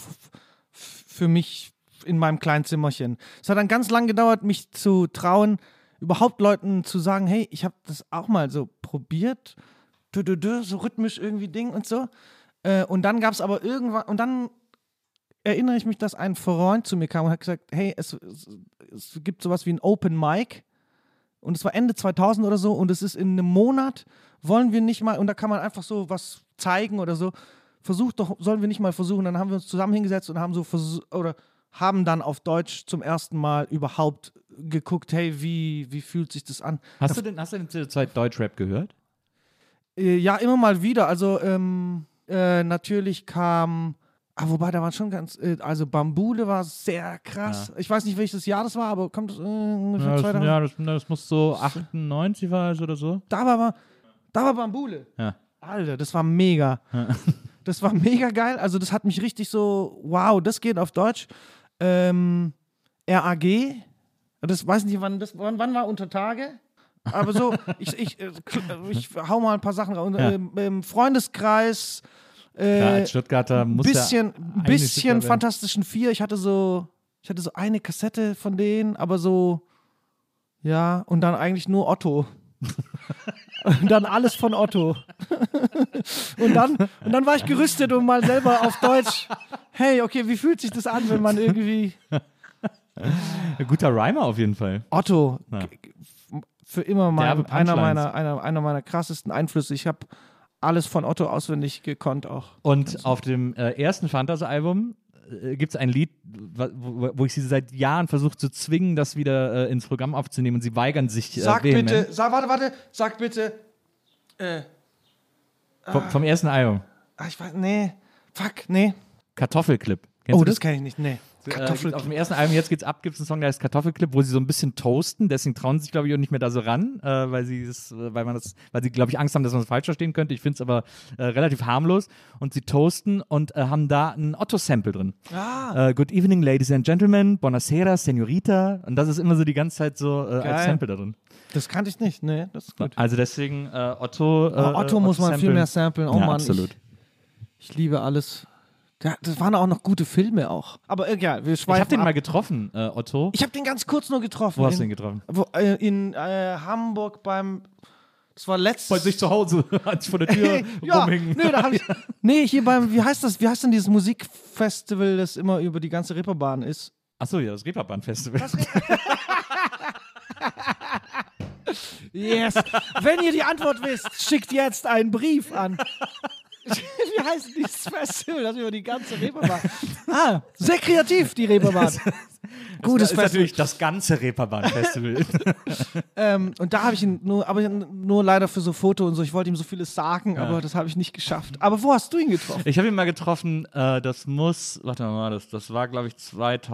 S4: für mich in meinem kleinen Zimmerchen. Es hat dann ganz lang gedauert, mich zu trauen, überhaupt Leuten zu sagen, hey, ich habe das auch mal so probiert, so rhythmisch irgendwie Ding und so. Und dann gab es aber irgendwann, und dann erinnere ich mich, dass ein Freund zu mir kam und hat gesagt, hey, es gibt sowas wie ein Open Mic und es war Ende 2000 oder so und es ist in einem Monat, wollen wir nicht mal, und da kann man einfach so was zeigen oder so, sollen wir nicht mal versuchen, dann haben wir uns zusammen hingesetzt und haben haben dann auf Deutsch zum ersten Mal überhaupt geguckt, hey, wie fühlt sich das an?
S5: Hast du denn zu der Zeit Deutschrap gehört?
S4: Ja, immer mal wieder. Also natürlich kam, wobei da waren schon also Bambule war sehr krass. Ja. Ich weiß nicht, welches Jahr das war, aber kommt das ungefähr 2000?
S5: Ja, das muss so 98 war oder so.
S4: Da war Bambule.
S5: Ja.
S4: Alter, das war mega. Ja. Das war mega geil. Also das hat mich richtig so, wow, das geht auf Deutsch. RAG, das weiß nicht, wann war unter Tage? Aber so, ich hau mal ein paar Sachen raus. Im Freundeskreis,
S5: als Stuttgarter muss
S4: bisschen Fantastischen Vier. Ich hatte so eine Kassette von denen, aber so, ja, und dann eigentlich nur Otto. Und dann alles von Otto. und dann war ich gerüstet und mal selber auf Deutsch, hey, okay, wie fühlt sich das an, wenn man irgendwie...
S5: Ein guter Rhymer auf jeden Fall.
S4: Otto, für immer einer meiner krassesten Einflüsse. Ich habe alles von Otto auswendig gekonnt auch.
S5: Und auf dem ersten Phantas-Album gibt es ein Lied, wo ich sie seit Jahren versuche zu zwingen, das wieder ins Programm aufzunehmen und sie weigern sich
S4: Sag bitte.
S5: Vom ersten Album.
S4: Ich weiß, nee.
S5: Kartoffelclip. Kennst du
S4: das kenne ich nicht, nee.
S5: Auf dem ersten Album, Jetzt geht's ab, gibt es einen Song, der heißt Kartoffelclip, wo sie so ein bisschen toasten, deswegen trauen sie sich, glaube ich, auch nicht mehr da so ran, weil sie, glaube ich, Angst haben, dass man es falsch verstehen könnte. Ich finde es aber relativ harmlos. Und sie toasten und haben da ein Otto-Sample drin. Good evening, ladies and gentlemen, buonasera, señorita. Und das ist immer so die ganze Zeit so als Sample da drin.
S4: Das kannte ich nicht, ne, das ist gut.
S5: Also deswegen Otto.
S4: Otto muss man viel mehr samplen. Oh
S5: ja,
S4: Mann,
S5: absolut.
S4: Ich liebe alles. Ja, das waren auch noch gute Filme auch. Aber egal, wir schweifen
S5: Ich habe den mal getroffen, Otto.
S4: Ich habe den ganz kurz nur getroffen.
S5: Wo hast du den getroffen?
S4: In Hamburg das war letztes...
S5: Bei sich zu Hause, als ich vor der Tür rumhing.
S4: Hier beim, wie heißt denn dieses Musikfestival, das immer über die ganze Reeperbahn ist?
S5: Achso, ja, das Reeperbahn-Festival.
S4: Yes! Wenn ihr die Antwort wisst, schickt jetzt einen Brief an. Wie heißt dieses Festival, das über die ganze Reeperbahn? Sehr kreativ, die Reeperbahn. Gutes
S5: ist
S4: Festival.
S5: Natürlich das ganze Reeperbahn-Festival.
S4: Und da habe ich ihn nur leider für so Foto und so, ich wollte ihm so vieles sagen, aber das habe ich nicht geschafft. Aber wo hast du ihn getroffen?
S5: Ich habe ihn mal getroffen, das war, glaube ich,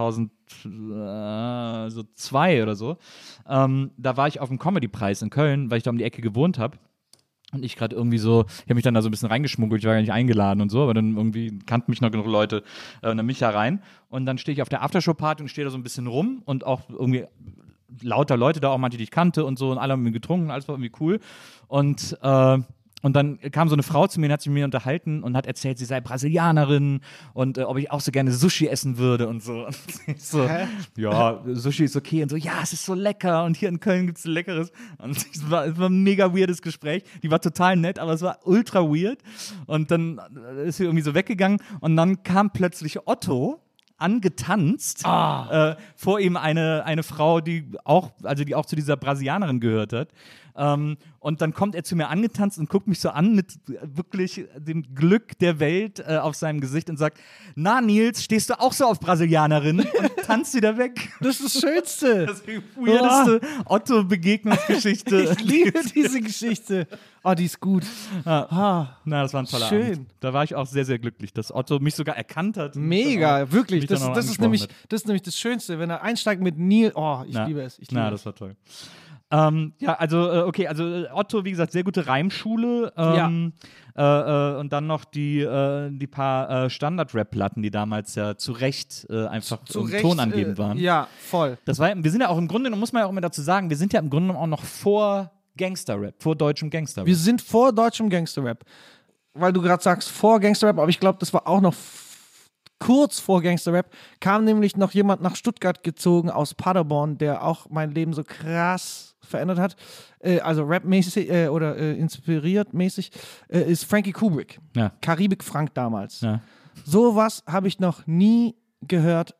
S5: 2002 oder so. Da war ich auf dem Comedy-Preis in Köln, weil ich da um die Ecke gewohnt habe. Und ich gerade irgendwie so, ich habe mich dann da so ein bisschen reingeschmuggelt, ich war gar nicht eingeladen und so, aber dann irgendwie kannten mich noch genug Leute und dann bin ich da rein und dann stehe ich auf der Aftershow-Party und stehe da so ein bisschen rum und auch irgendwie lauter Leute da, auch manche, die ich kannte und so und alle haben mir getrunken, alles war irgendwie cool und dann kam so eine Frau zu mir und hat sich mit mir unterhalten und hat erzählt, sie sei Brasilianerin und ob ich auch so gerne Sushi essen würde und so. Und ich so, ja, Sushi ist okay und so, ja, es ist so lecker und hier in Köln gibt es Leckeres. Und es war ein mega weirdes Gespräch. Die war total nett, aber es war ultra weird. Und dann ist sie irgendwie so weggegangen und dann kam plötzlich Otto angetanzt, vor ihm eine Frau, die auch zu dieser Brasilianerin gehört hat. Und dann kommt er zu mir angetanzt und guckt mich so an mit wirklich dem Glück der Welt auf seinem Gesicht und sagt, na Nils, stehst du auch so auf Brasilianerin? Und tanzt wieder weg.
S4: Das ist das Schönste.
S5: Das ist die weirdeste Otto-Begegnungsgeschichte.
S4: Ich liebe diese Geschichte. Oh, die ist gut.
S5: Na, das war ein toller
S4: Schön.
S5: Abend. Da war ich auch sehr, sehr glücklich, dass Otto mich sogar erkannt hat.
S4: Mega, wirklich. Das ist nämlich das Schönste, wenn er einsteigt mit Nils. Oh, ich liebe es.
S5: Das war toll. Also Otto, wie gesagt, sehr gute Reimschule. Und dann noch die paar Standard-Rap-Platten, die damals ja zu Recht einfach tonangebend waren.
S4: Ja, voll.
S5: Wir sind ja auch im Grunde, muss man ja auch immer dazu sagen, wir sind ja im Grunde auch noch vor Gangster-Rap, vor deutschem Gangster-Rap.
S4: Wir sind vor deutschem Gangster-Rap. Weil du gerade sagst, vor Gangster-Rap, aber ich glaube, das war auch noch kurz vor Gangster-Rap, kam nämlich noch jemand nach Stuttgart gezogen aus Paderborn, der auch mein Leben so krass verändert hat, also rapmäßig oder inspiriert mäßig, ist Frankie Kubrick.
S5: Ja.
S4: Karibik Frank damals.
S5: Ja.
S4: Sowas habe ich noch nie gehört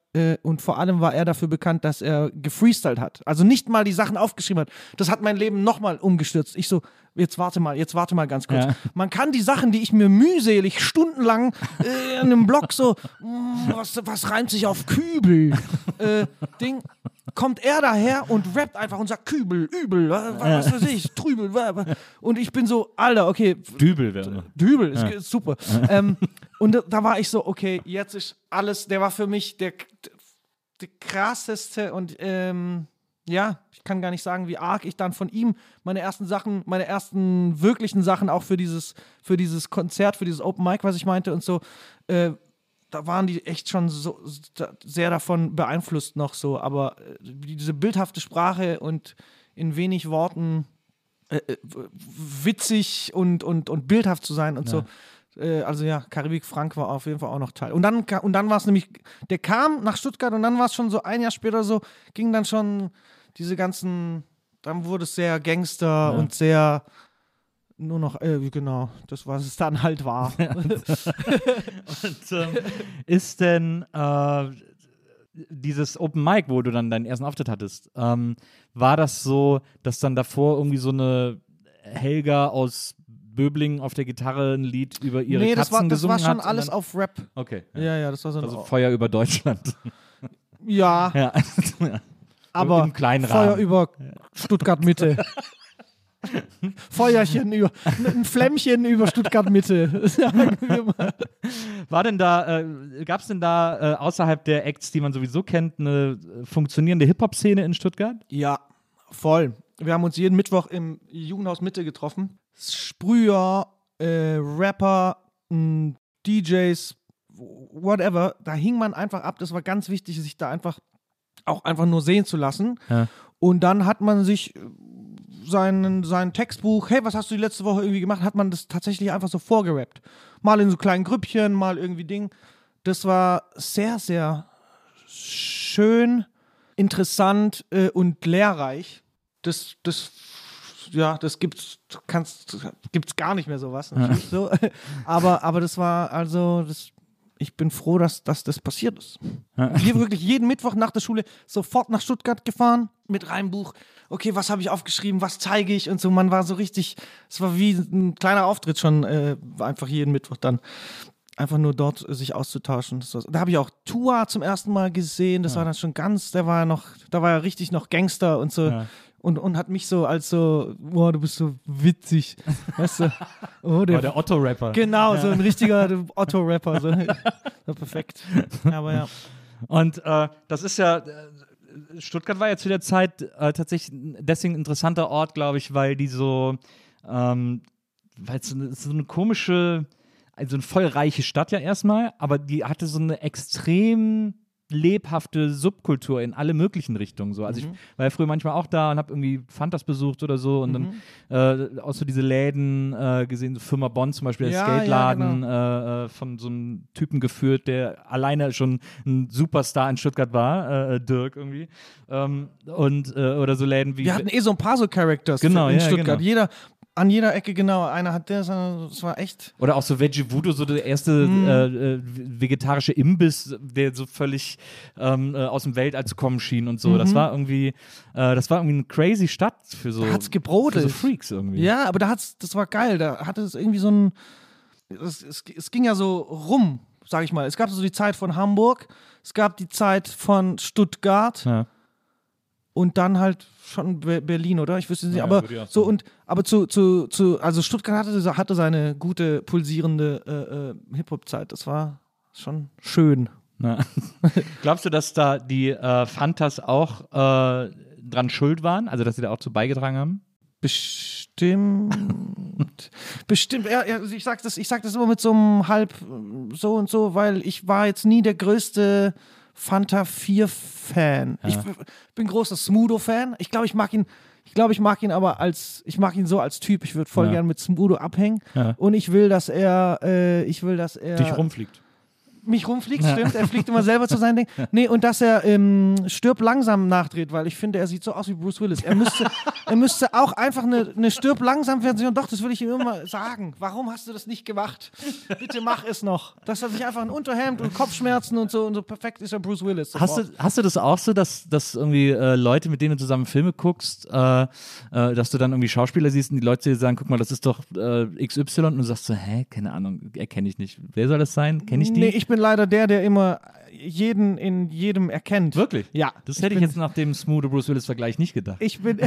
S4: Und vor allem war er dafür bekannt, dass er gefreestylt hat. Also nicht mal die Sachen aufgeschrieben hat. Das hat mein Leben nochmal umgestürzt. Ich so, jetzt warte mal ganz kurz. Ja. Man kann die Sachen, die ich mir mühselig stundenlang in einem Blog so, was reimt sich auf Kübel? Ding. Kommt er daher und rappt einfach und sagt Kübel, Übel, was weiß ich, Trübel. Und ich bin so, Alter, okay.
S5: Dübel wäre noch.
S4: Dübel, ist super. Und da war ich so, okay, jetzt ist alles, der war für mich der krasseste und ich kann gar nicht sagen, wie arg ich dann von ihm meine ersten wirklichen Sachen auch für dieses Konzert, für dieses Open Mic, was ich meinte und so, da waren die echt schon so sehr davon beeinflusst noch so, aber diese bildhafte Sprache und in wenig Worten witzig und bildhaft zu sein und so. Also ja, Karibik Frank war auf jeden Fall auch noch Teil. Und dann war es nämlich, der kam nach Stuttgart und dann war es schon so ein Jahr später so, ging dann schon diese ganzen, dann wurde es sehr Gangster und sehr nur noch, genau, das, was es dann halt war.
S5: Und ist denn dieses Open Mic, wo du dann deinen ersten Auftritt hattest, war das so, dass dann davor irgendwie so eine Helga aus Böblingen auf der Gitarre ein Lied über ihre Katzen gesungen hat?
S4: Nee, das war schon alles auf Rap.
S5: Okay.
S4: Ja, das war so
S5: also Feuer über Deutschland.
S4: Ja. Aber
S5: im kleinen
S4: Feuer
S5: Rahmen.
S4: über Stuttgart-Mitte. Feuerchen über, ein Flämmchen über Stuttgart-Mitte. Sagen wir mal.
S5: War denn da, gab es denn da außerhalb der Acts, die man sowieso kennt, eine funktionierende Hip-Hop-Szene in Stuttgart?
S4: Ja, voll. Wir haben uns jeden Mittwoch im Jugendhaus Mitte getroffen. Sprüher, Rapper, DJs, whatever. Da hing man einfach ab. Das war ganz wichtig, sich da einfach nur sehen zu lassen. Ja. Und dann hat man sich sein Textbuch, hey, was hast du die letzte Woche irgendwie gemacht, hat man das tatsächlich einfach so vorgerappt. Mal in so kleinen Grüppchen, mal irgendwie Ding. Das war sehr, sehr schön, interessant und lehrreich. Das gibt's gar nicht mehr sowas. Natürlich so. Aber das war also, ich bin froh, dass das passiert ist. Wir wirklich jeden Mittwoch nach der Schule sofort nach Stuttgart gefahren mit Reimbuch. Okay, was habe ich aufgeschrieben, was zeige ich und so. Man war so richtig, es war wie ein kleiner Auftritt schon, einfach jeden Mittwoch dann. Einfach nur dort sich auszutauschen. Da habe ich auch Tua zum ersten Mal gesehen. Das war dann schon da war er richtig noch Gangster und so. Ja. Und hat mich so als so, boah, du bist so witzig. Weißt du? Oh,
S5: der Otto-Rapper.
S4: Genau, so ein richtiger Otto-Rapper. So perfekt. Aber ja.
S5: Und das ist ja, Stuttgart war ja zu der Zeit tatsächlich deswegen ein interessanter Ort, glaube ich, weil die so, weil es so eine komische, also eine voll reiche Stadt ja erstmal, aber die hatte so eine extrem lebhafte Subkultur in alle möglichen Richtungen. So. Also ich war ja früher manchmal auch da und habe irgendwie Fantas besucht oder so und dann auch so diese Läden gesehen, so Firma Bonn zum Beispiel, der Skateladen, genau. Von so einem Typen geführt, der alleine schon ein Superstar in Stuttgart war, Dirk irgendwie. Oder so Läden wie...
S4: Wir hatten so ein paar so Characters in Stuttgart. Genau. An jeder Ecke, genau. Einer hat das war echt.
S5: Oder auch so Veggie Voodoo, so der erste vegetarische Imbiss, der so völlig aus dem Weltall zu kommen schien und so. Das war irgendwie eine crazy Stadt für so,
S4: da hat's gebrodelt.
S5: Für so Freaks irgendwie.
S4: Ja, aber das war geil. Da hatte es irgendwie so ein. Es ging ja so rum, sag ich mal. Es gab so die Zeit von Hamburg, es gab die Zeit von Stuttgart. Ja. Und dann halt schon Berlin, oder? Ich wüsste nicht, aber so also Stuttgart hatte seine gute, pulsierende Hip-Hop-Zeit. Das war schon schön.
S5: Ja. Glaubst du, dass da die Fantas auch dran schuld waren? Also, dass sie da auch zu beigetragen haben?
S4: Bestimmt. Ja, ich sag das immer mit so einem halb so und so, weil ich war jetzt nie der größte Fanta 4-Fan. Ja. Ich bin großer Smudo-Fan. Ich glaube, ich mag ihn aber ich mag ihn so als Typ. Ich würde voll gern mit Smudo abhängen. Ja. Und ich will, dass er
S5: dich rumfliegt.
S4: mich rumfliegt, stimmt. Er fliegt immer selber zu seinem Ding. Nee, und dass er Stirb langsam nachdreht, weil ich finde, er sieht so aus wie Bruce Willis. Er müsste auch einfach eine Stirb langsam Version, doch, das will ich ihm immer sagen. Warum hast du das nicht gemacht? Bitte mach es noch. Dass er sich einfach ein Unterhemd und Kopfschmerzen und so perfekt ist er Bruce Willis.
S5: Hast du das auch so, dass irgendwie Leute, mit denen du zusammen Filme guckst, dass du dann irgendwie Schauspieler siehst und die Leute dir sagen, guck mal, das ist doch XY und du sagst so, keine Ahnung, erkenne ich nicht. Wer soll das sein? Kenne ich die?
S4: Nee, ich bin leider der immer jeden in jedem erkennt.
S5: Wirklich?
S4: Ja.
S5: Das hätte ich jetzt nach dem smooth Bruce Willis-Vergleich nicht gedacht.
S4: Ich bin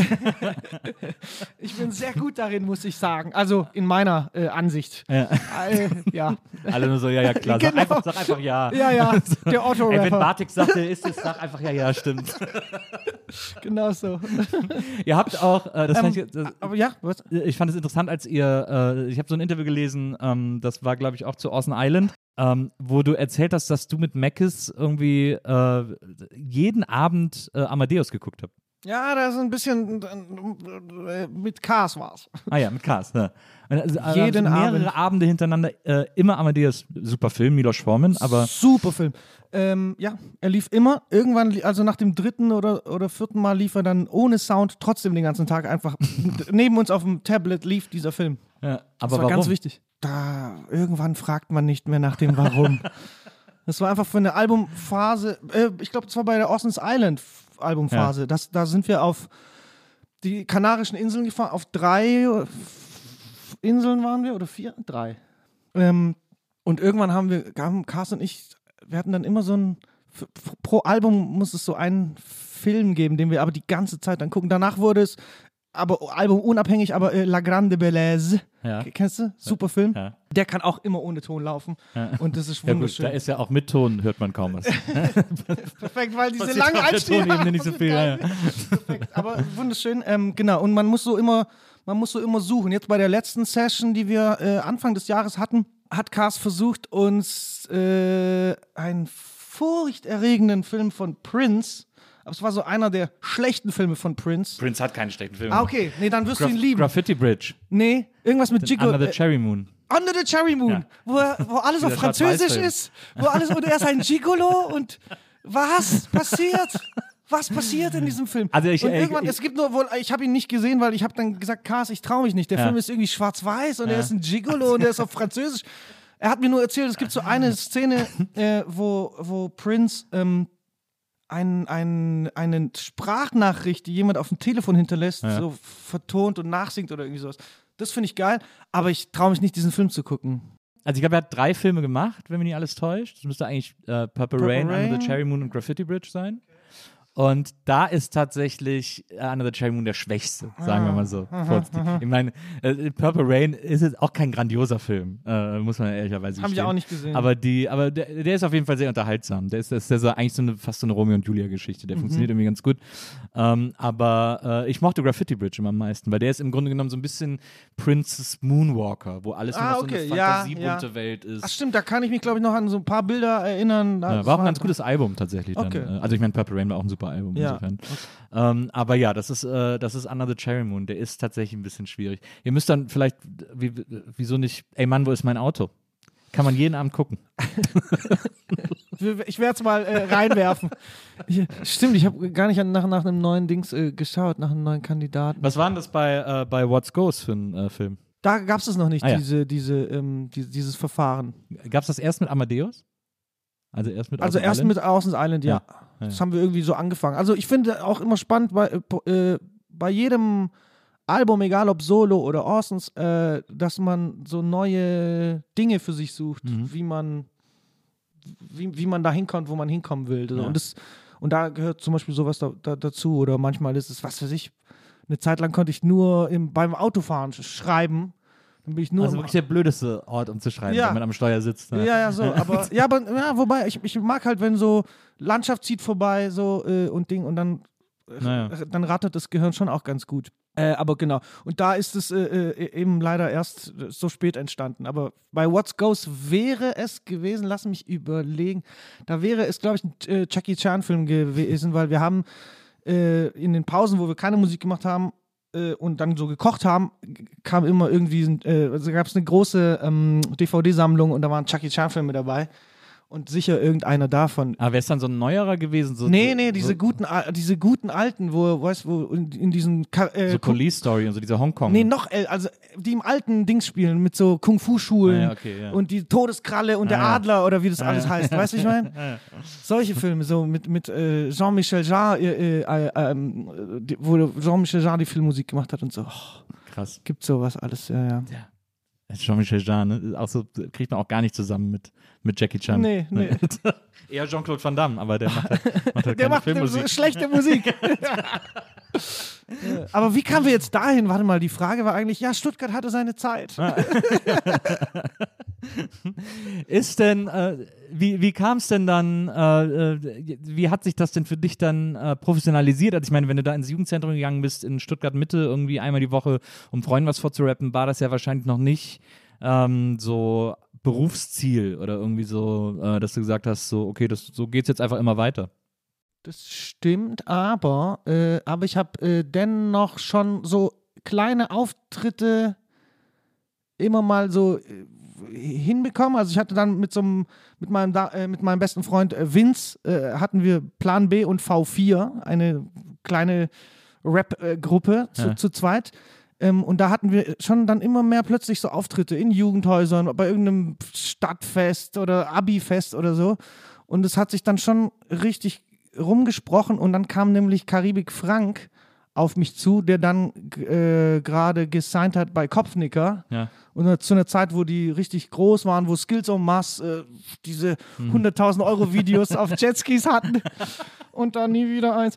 S4: sehr gut darin, muss ich sagen. Also in meiner Ansicht.
S5: Ja.
S4: Ja.
S5: Alle nur so, ja, klar.
S4: Genau.
S5: Sag einfach ja.
S4: Ja, der Otto-Rapper.
S5: Wenn Bartik sagt, der ist es, sag einfach ja, stimmt.
S4: Genau so.
S5: Ihr habt auch,
S4: aber ja, was?
S5: Ich fand es interessant, als ihr, ich habe so ein Interview gelesen, das war, glaube ich, auch zu Orson Island, wo du erzählt hast, dass du mit Mackes irgendwie jeden Abend Amadeus geguckt habt.
S4: Ja, da ist ein bisschen mit Cars war's.
S5: Ah ja, mit Cars. Ja. Also,
S4: Jeden
S5: mehrere Abende hintereinander, immer Amadeus. Super Film, Milos Forman, aber...
S4: Super Film. Ja, er lief immer. Irgendwann, also nach dem 3. oder 4. Mal lief er dann ohne Sound trotzdem den ganzen Tag einfach neben uns auf dem Tablet lief dieser Film.
S5: Ja, aber
S4: das war
S5: warum?
S4: ganz wichtig. Irgendwann fragt man nicht mehr nach dem Warum. Das war einfach für eine Albumphase, ich glaube, das war bei der Ocean's Island Albumphase.
S5: Ja.
S4: Da sind wir auf die Kanarischen Inseln gefahren, auf 3 Inseln waren wir, oder 4? 3. Und irgendwann haben Carsten und ich, wir hatten dann immer so pro Album muss es so einen Film geben, den wir aber die ganze Zeit dann gucken. Danach wurde es aber albumunabhängig, aber La Grande Bellezza.
S5: Ja.
S4: Kennst du? Super Film.
S5: Ja.
S4: Der kann auch immer ohne Ton laufen.
S5: Ja.
S4: Und das ist
S5: Ja,
S4: wunderschön.
S5: gut, da ist ja auch mit Ton, hört man kaum was.
S4: Perfekt, weil diese
S5: Passiert
S4: langen
S5: auf der
S4: Einstiege
S5: Tonebene nicht so viel. Ja.
S4: Perfekt, aber wunderschön. Genau, und man muss so immer suchen. Jetzt bei der letzten Session, die wir Anfang des Jahres hatten, hat Cars versucht, uns einen furchterregenden Film von Prince, aber es war so einer der schlechten Filme von Prince.
S5: Prince hat keine schlechten Filme.
S4: Okay, nee, dann wirst du ihn lieben.
S5: Graffiti Bridge.
S4: Nee, irgendwas mit Jiggle.
S5: Under the Cherry Moon.
S4: Under the Cherry Moon,
S5: Ja.
S4: wo alles auf
S5: Dieser
S4: Französisch
S5: Schwarz-Weiß-Film.
S4: ist, und er ist ein Gigolo und was passiert? Was passiert in diesem Film?
S5: Also
S4: und irgendwann, es gibt nur wohl, ich habe ihn nicht gesehen, weil ich habe dann gesagt, Cars, ich traue mich nicht. Der Film ist irgendwie schwarz-weiß und er ist ein Gigolo und er ist auf Französisch. Er hat mir nur erzählt, es gibt so eine Szene, wo Prince eine Sprachnachricht, die jemand auf dem Telefon hinterlässt, so vertont und nachsingt oder irgendwie sowas. Das finde ich geil, aber ich traue mich nicht, diesen Film zu gucken.
S5: Also ich glaube, er hat 3 Filme gemacht, wenn mich nicht alles täuscht. Das müsste eigentlich Purple Rain, Under the Cherry Moon und Graffiti Bridge sein. Und da ist tatsächlich Under the Cherry Moon der schwächste, sagen wir mal so. Ich meine, Purple Rain ist jetzt auch kein grandioser Film, muss man ehrlicherweise
S4: Haben wir auch nicht gesehen.
S5: Aber der ist auf jeden Fall sehr unterhaltsam. Der ist eigentlich fast so eine Romeo und Julia-Geschichte. Der funktioniert irgendwie ganz gut. Aber ich mochte Graffiti Bridge immer am meisten, weil der ist im Grunde genommen so ein bisschen Princess Moonwalker, wo alles nur noch so eine fantasiebunte Welt ist.
S4: Ach stimmt, da kann ich mich, glaube ich, noch an so ein paar Bilder erinnern.
S5: Ja, war auch ein ganz gutes Album tatsächlich.
S4: Okay.
S5: Dann. Also ich meine, Purple Rain war auch ein super Album insofern. Okay. Aber ja, das ist Under the Cherry Moon. Der ist tatsächlich ein bisschen schwierig. Ihr müsst dann vielleicht, wieso nicht, ey Mann, wo ist mein Auto? Kann man jeden Abend gucken.
S4: Ich werde es mal reinwerfen. Stimmt, ich habe gar nicht nach einem neuen Dings geschaut, nach einem neuen Kandidaten.
S5: Was war denn das bei What's Goes für ein Film?
S4: Da gab es noch nicht,
S5: ja.
S4: dieses Verfahren.
S5: Gab es das erst mit Amadeus? Also erst mit
S4: Ocean's Island, ja. Das haben wir irgendwie so angefangen. Also ich finde auch immer spannend, bei jedem Album, egal ob Solo oder Orsons, dass man so neue Dinge für sich sucht, wie man da hinkommt, wo man hinkommen will. Ja. Und da gehört zum Beispiel sowas dazu. Oder manchmal ist es, was weiß ich, eine Zeit lang konnte ich nur beim Autofahren schreiben. Dann bin ich nur
S5: also wirklich der blödeste Ort, um zu schreiben, wenn man am Steuer sitzt. Ne?
S4: Ja, so. Wobei, ich mag halt, wenn so Landschaft zieht vorbei so und Ding und dann rattert das Gehirn schon auch ganz gut. Aber genau. Und da ist es eben leider erst so spät entstanden. Aber bei What's Goes wäre es gewesen, lass mich überlegen, da wäre es, glaube ich, ein Jackie Chan-Film gewesen, weil wir haben in den Pausen, wo wir keine Musik gemacht haben, und dann so gekocht haben, kam immer irgendwie, also gab es eine große DVD-Sammlung und da waren Jackie Chan-Filme dabei. Und sicher irgendeiner davon.
S5: Aber wäre es dann so ein neuerer gewesen?
S4: Nee, diese guten alten, wo in diesen
S5: so Police Story und so, diese Hongkong.
S4: Nee, also die im alten Dings spielen, mit so Kung-Fu-Schulen und die Todeskralle und der Adler oder wie das alles heißt. Weißt du, ich meine? Solche Filme, so mit Jean-Michel Jarre, wo Jean-Michel Jarre die Filmmusik gemacht hat und so. Oh,
S5: krass.
S4: Gibt sowas alles, ja.
S5: Jean-Michel Jarre, ne? Auch so, kriegt man auch gar nicht zusammen mit Jackie Chan.
S4: Nee.
S5: Eher Jean-Claude Van Damme, aber der macht halt
S4: der
S5: keine Filmmusik.
S4: So schlechte Musik. Aber wie kamen wir jetzt dahin? Warte mal, die Frage war eigentlich, ja, Stuttgart hatte seine Zeit.
S5: Ist denn, wie kam es denn dann, wie hat sich das denn für dich dann professionalisiert? Also ich meine, wenn du da ins Jugendzentrum gegangen bist, in Stuttgart Mitte, irgendwie einmal die Woche, um Freunden was vorzurappen, war das ja wahrscheinlich noch nicht so Berufsziel oder irgendwie so, dass du gesagt hast, so, okay, so geht's jetzt einfach immer weiter.
S4: Das stimmt, aber ich habe dennoch schon so kleine Auftritte immer mal so hinbekommen. Also ich hatte dann mit meinem besten Freund Vince hatten wir Plan B und V4, eine kleine Rap-Gruppe zu zweit. Und da hatten wir schon dann immer mehr plötzlich so Auftritte in Jugendhäusern, bei irgendeinem Stadtfest oder Abi-Fest oder so. Und es hat sich dann schon richtig rumgesprochen und dann kam nämlich Karibik Frank auf mich zu, der dann gerade gesigned hat bei Kopfnicker. Ja. Und zu einer Zeit, wo die richtig groß waren, wo Skills en masse diese 100.000 Euro Videos auf Jetskis hatten und dann nie wieder eins.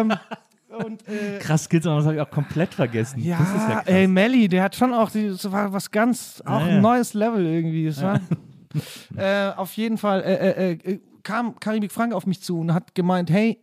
S5: Krass, Skills en masse habe ich auch komplett vergessen.
S4: Ja,
S5: das ist ja krass.
S4: Ey, Melly, der hat schon auch, das war was ganz, auch ein neues Level irgendwie. Das war, auf jeden Fall kam Karibik Frank auf mich zu und hat gemeint, hey,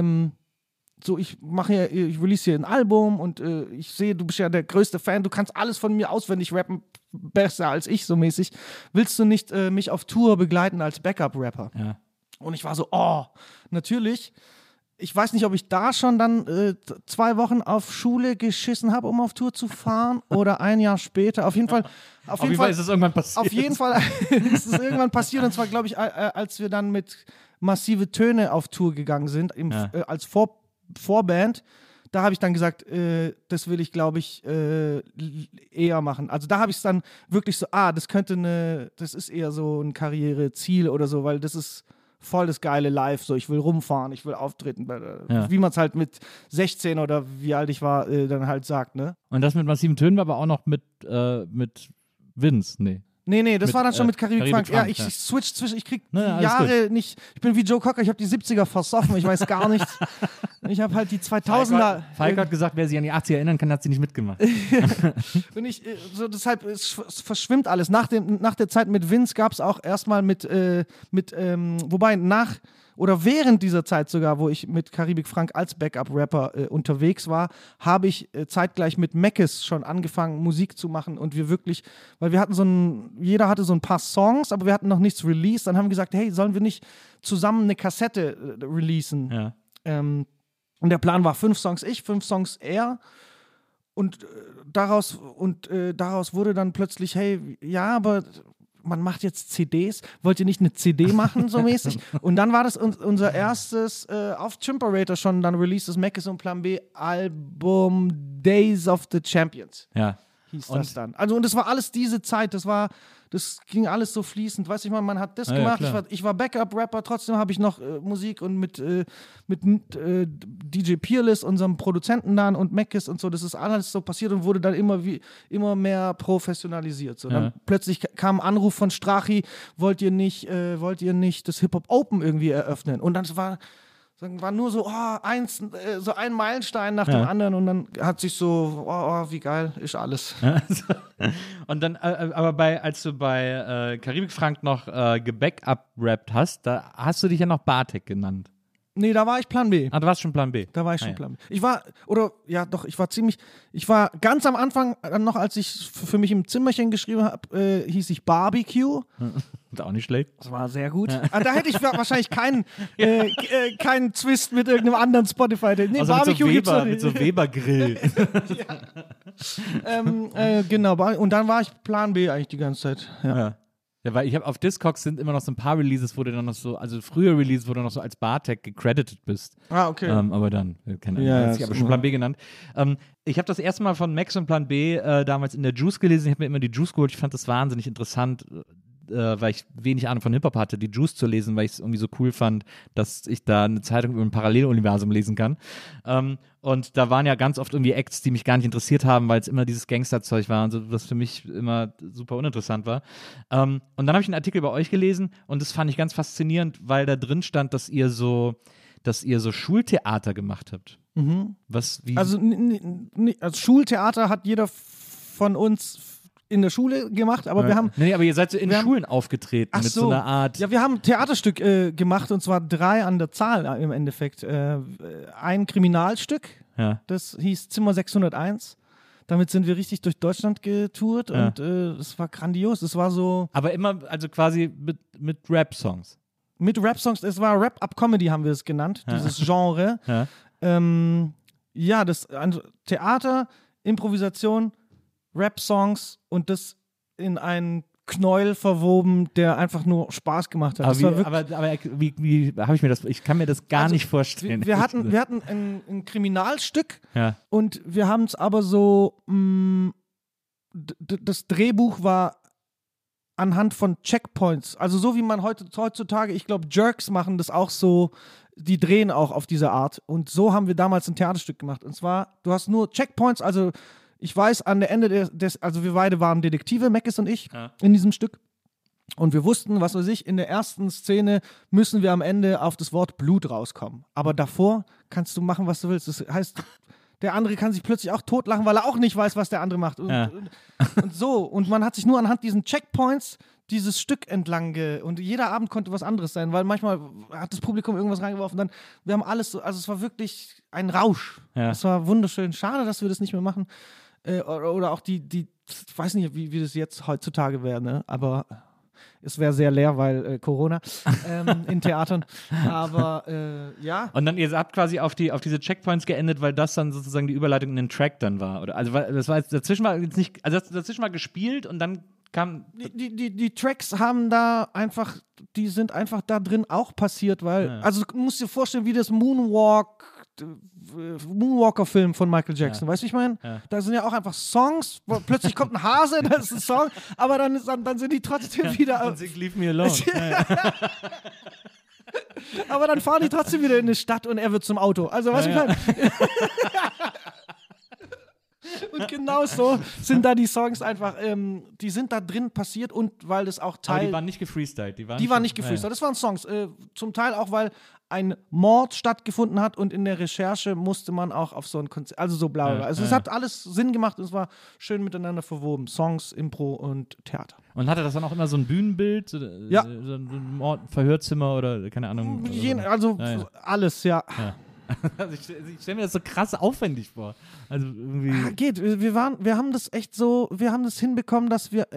S4: ich release hier ein Album und ich sehe, du bist ja der größte Fan, du kannst alles von mir auswendig rappen, besser als ich, so mäßig. Willst du nicht mich auf Tour begleiten als Backup-Rapper? Ja. Und ich war so, natürlich. Ich weiß nicht, ob ich da schon dann 2 Wochen auf Schule geschissen habe, um auf Tour zu fahren oder ein Jahr später. Auf jeden Fall
S5: ist es irgendwann passiert.
S4: Auf jeden Fall ist es irgendwann passiert. Und zwar, glaube ich, als wir dann mit Massive Töne auf Tour gegangen sind, als Vorband. Da habe ich dann gesagt, das will ich, glaube ich, eher machen. Also da habe ich es dann wirklich so, das ist eher so ein Karriereziel oder so, weil das ist voll das geile Live, so ich will rumfahren, ich will auftreten, wie man es halt mit 16 oder wie alt ich war, dann halt sagt, ne?
S5: Und das mit massiven Tönen war aber auch noch mit Vince, nee.
S4: Nee, das war dann schon mit Karibik Frank. Ja, ich switch zwischen, ich krieg Jahre nicht, ich bin wie Joe Cocker, ich habe die 70er versoffen, ich weiß gar nichts. Ich habe halt die 2000er.
S5: Falk hat gesagt, wer sich an die 80er erinnern kann, hat sie nicht mitgemacht.
S4: Und deshalb es verschwimmt alles. Nach der Zeit mit Vince gab es auch erstmal während dieser Zeit sogar, wo ich mit Karibik Frank als Backup-Rapper unterwegs war, habe ich zeitgleich mit Meckes schon angefangen, Musik zu machen und weil wir hatten jeder hatte so ein paar Songs, aber wir hatten noch nichts released, dann haben wir gesagt, hey, sollen wir nicht zusammen eine Kassette releasen? Ja. Und der Plan war 5 Songs ich, 5 Songs er. Und daraus wurde dann plötzlich, hey, ja, aber man macht jetzt CDs, wollt ihr nicht eine CD machen, so mäßig? Und dann war das unser erstes auf Chimperator schon dann releasedes Meckes und Plan B Album Days of the Champions. Ja. Hieß das dann. Also und das war alles diese Zeit, das ging alles so fließend, weißt du, man hat das gemacht, ich war Backup-Rapper, trotzdem habe ich noch Musik und mit DJ Peerless, unserem Produzenten dann und Meckes und so, das ist alles so passiert und wurde dann immer mehr professionalisiert. So. Dann plötzlich kam ein Anruf von Strachi, wollt ihr nicht das Hip-Hop Open irgendwie eröffnen? Und dann war nur so, so ein Meilenstein nach dem anderen und dann hat sich so, wie geil ist alles.
S5: Und dann, aber als du bei Karibik Frank noch gebackup-rappt hast, da hast du dich ja noch Bartek genannt.
S4: Nee, da war ich Plan B.
S5: Ah, du warst schon Plan B.
S4: Da war ich schon Plan B. Ich war ganz am Anfang noch, als ich für mich im Zimmerchen geschrieben habe, hieß ich Barbecue.
S5: Ist auch nicht schlecht.
S4: Das war sehr gut. Da hätte ich wahrscheinlich keinen Twist mit irgendeinem anderen Spotify. Nee,
S5: also
S4: Barbecue
S5: mit so Weber-Grill.
S4: Genau, und dann war ich Plan B eigentlich die ganze Zeit. Ja.
S5: Ja, weil ich habe auf Discogs sind immer noch so ein paar Releases, wo du dann noch so, also früher Releases, wo du noch so als Bartek gecredited bist.
S4: Ah, okay.
S5: Aber dann, keine Ahnung,
S4: Ja,
S5: hat sich aber schon Plan B genannt. Ich habe das erste Mal von Max und Plan B damals in der Juice gelesen. Ich habe mir immer die Juice geholt. Ich fand das wahnsinnig interessant, weil ich wenig Ahnung von Hip-Hop hatte, die Juice zu lesen, weil ich es irgendwie so cool fand, dass ich da eine Zeitung über ein Paralleluniversum lesen kann. Und da waren ja ganz oft irgendwie Acts, die mich gar nicht interessiert haben, weil es immer dieses Gangsterzeug war und so, was für mich immer super uninteressant war. Und dann habe ich einen Artikel bei euch gelesen und das fand ich ganz faszinierend, weil da drin stand, dass ihr so Schultheater gemacht habt.
S4: Mhm.
S5: Wie?
S4: Also Schultheater hat jeder von uns in der Schule gemacht, aber wir haben...
S5: Nee, aber ihr seid so in Schulen aufgetreten mit so einer Art...
S4: Ja, wir haben ein Theaterstück gemacht und zwar 3 an der Zahl im Endeffekt. Ein Kriminalstück, das hieß Zimmer 601. Damit sind wir richtig durch Deutschland getourt und es war grandios. Es war so...
S5: Aber immer, also quasi mit Rap-Songs.
S4: Mit Rap-Songs, es war Rap-Up-Comedy, haben wir es genannt, dieses Genre. Das Theater, Improvisation, Rap-Songs und das in einen Knäuel verwoben, der einfach nur Spaß gemacht hat.
S5: Aber wie habe ich mir das, ich kann mir das gar nicht vorstellen.
S4: Wir hatten ein Kriminalstück und wir haben es aber so, das Drehbuch war anhand von Checkpoints, also so wie man heutzutage, ich glaube Jerks machen das auch so, die drehen auch auf diese Art und so haben wir damals ein Theaterstück gemacht und zwar, du hast nur Checkpoints, also ich weiß, an der Ende also wir beide waren Detektive, Meckes und ich, in diesem Stück. Und wir wussten, was weiß ich, in der ersten Szene müssen wir am Ende auf das Wort Blut rauskommen. Aber davor kannst du machen, was du willst. Das heißt, der andere kann sich plötzlich auch totlachen, weil er auch nicht weiß, was der andere macht. Und so. Und man hat sich nur anhand diesen Checkpoints dieses Stück entlang und jeder Abend konnte was anderes sein, weil manchmal hat das Publikum irgendwas reingeworfen. Wir haben alles so, also es war wirklich ein Rausch. Es war wunderschön. Schade, dass wir das nicht mehr machen. Oder auch ich weiß nicht, wie das jetzt heutzutage wäre, ne? Aber es wäre sehr leer, weil Corona in Theatern. Aber ja.
S5: Und dann, ihr habt quasi auf diese Checkpoints geendet, weil das dann sozusagen die Überleitung in den Track dann war. Oder? Also das war jetzt dazwischen war jetzt nicht, also dazwischen war gespielt und dann kam.
S4: Die Tracks haben da einfach, die sind einfach da drin auch passiert, weil, also du musst dir vorstellen, wie das Moonwalker-Film von Michael Jackson, weißt du, ich meine? Da sind ja auch einfach Songs, plötzlich kommt ein Hase, das ist ein Song, aber dann sind die trotzdem wieder...
S5: Und Sing Leave Me Alone.
S4: Aber dann fahren die trotzdem wieder in die Stadt und er wird zum Auto. Also, was ich meine? Und genau so sind da die Songs einfach, die sind da drin passiert und weil das auch Teil...
S5: Aber die waren nicht gefreestylt.
S4: Die waren nicht gefreestylt, das waren Songs. Zum Teil auch, weil ein Mord stattgefunden hat und in der Recherche musste man auch auf so ein Konzert, also so bla bla. Also es hat alles Sinn gemacht und es war schön miteinander verwoben. Songs, Impro und Theater.
S5: Und hatte das dann auch immer so ein Bühnenbild? So ein Verhörzimmer oder keine Ahnung?
S4: Alles, ja.
S5: Also ich stelle mir das so krass aufwendig vor. Also irgendwie.
S4: Geht. Wir haben das echt so, wir haben das hinbekommen, dass wir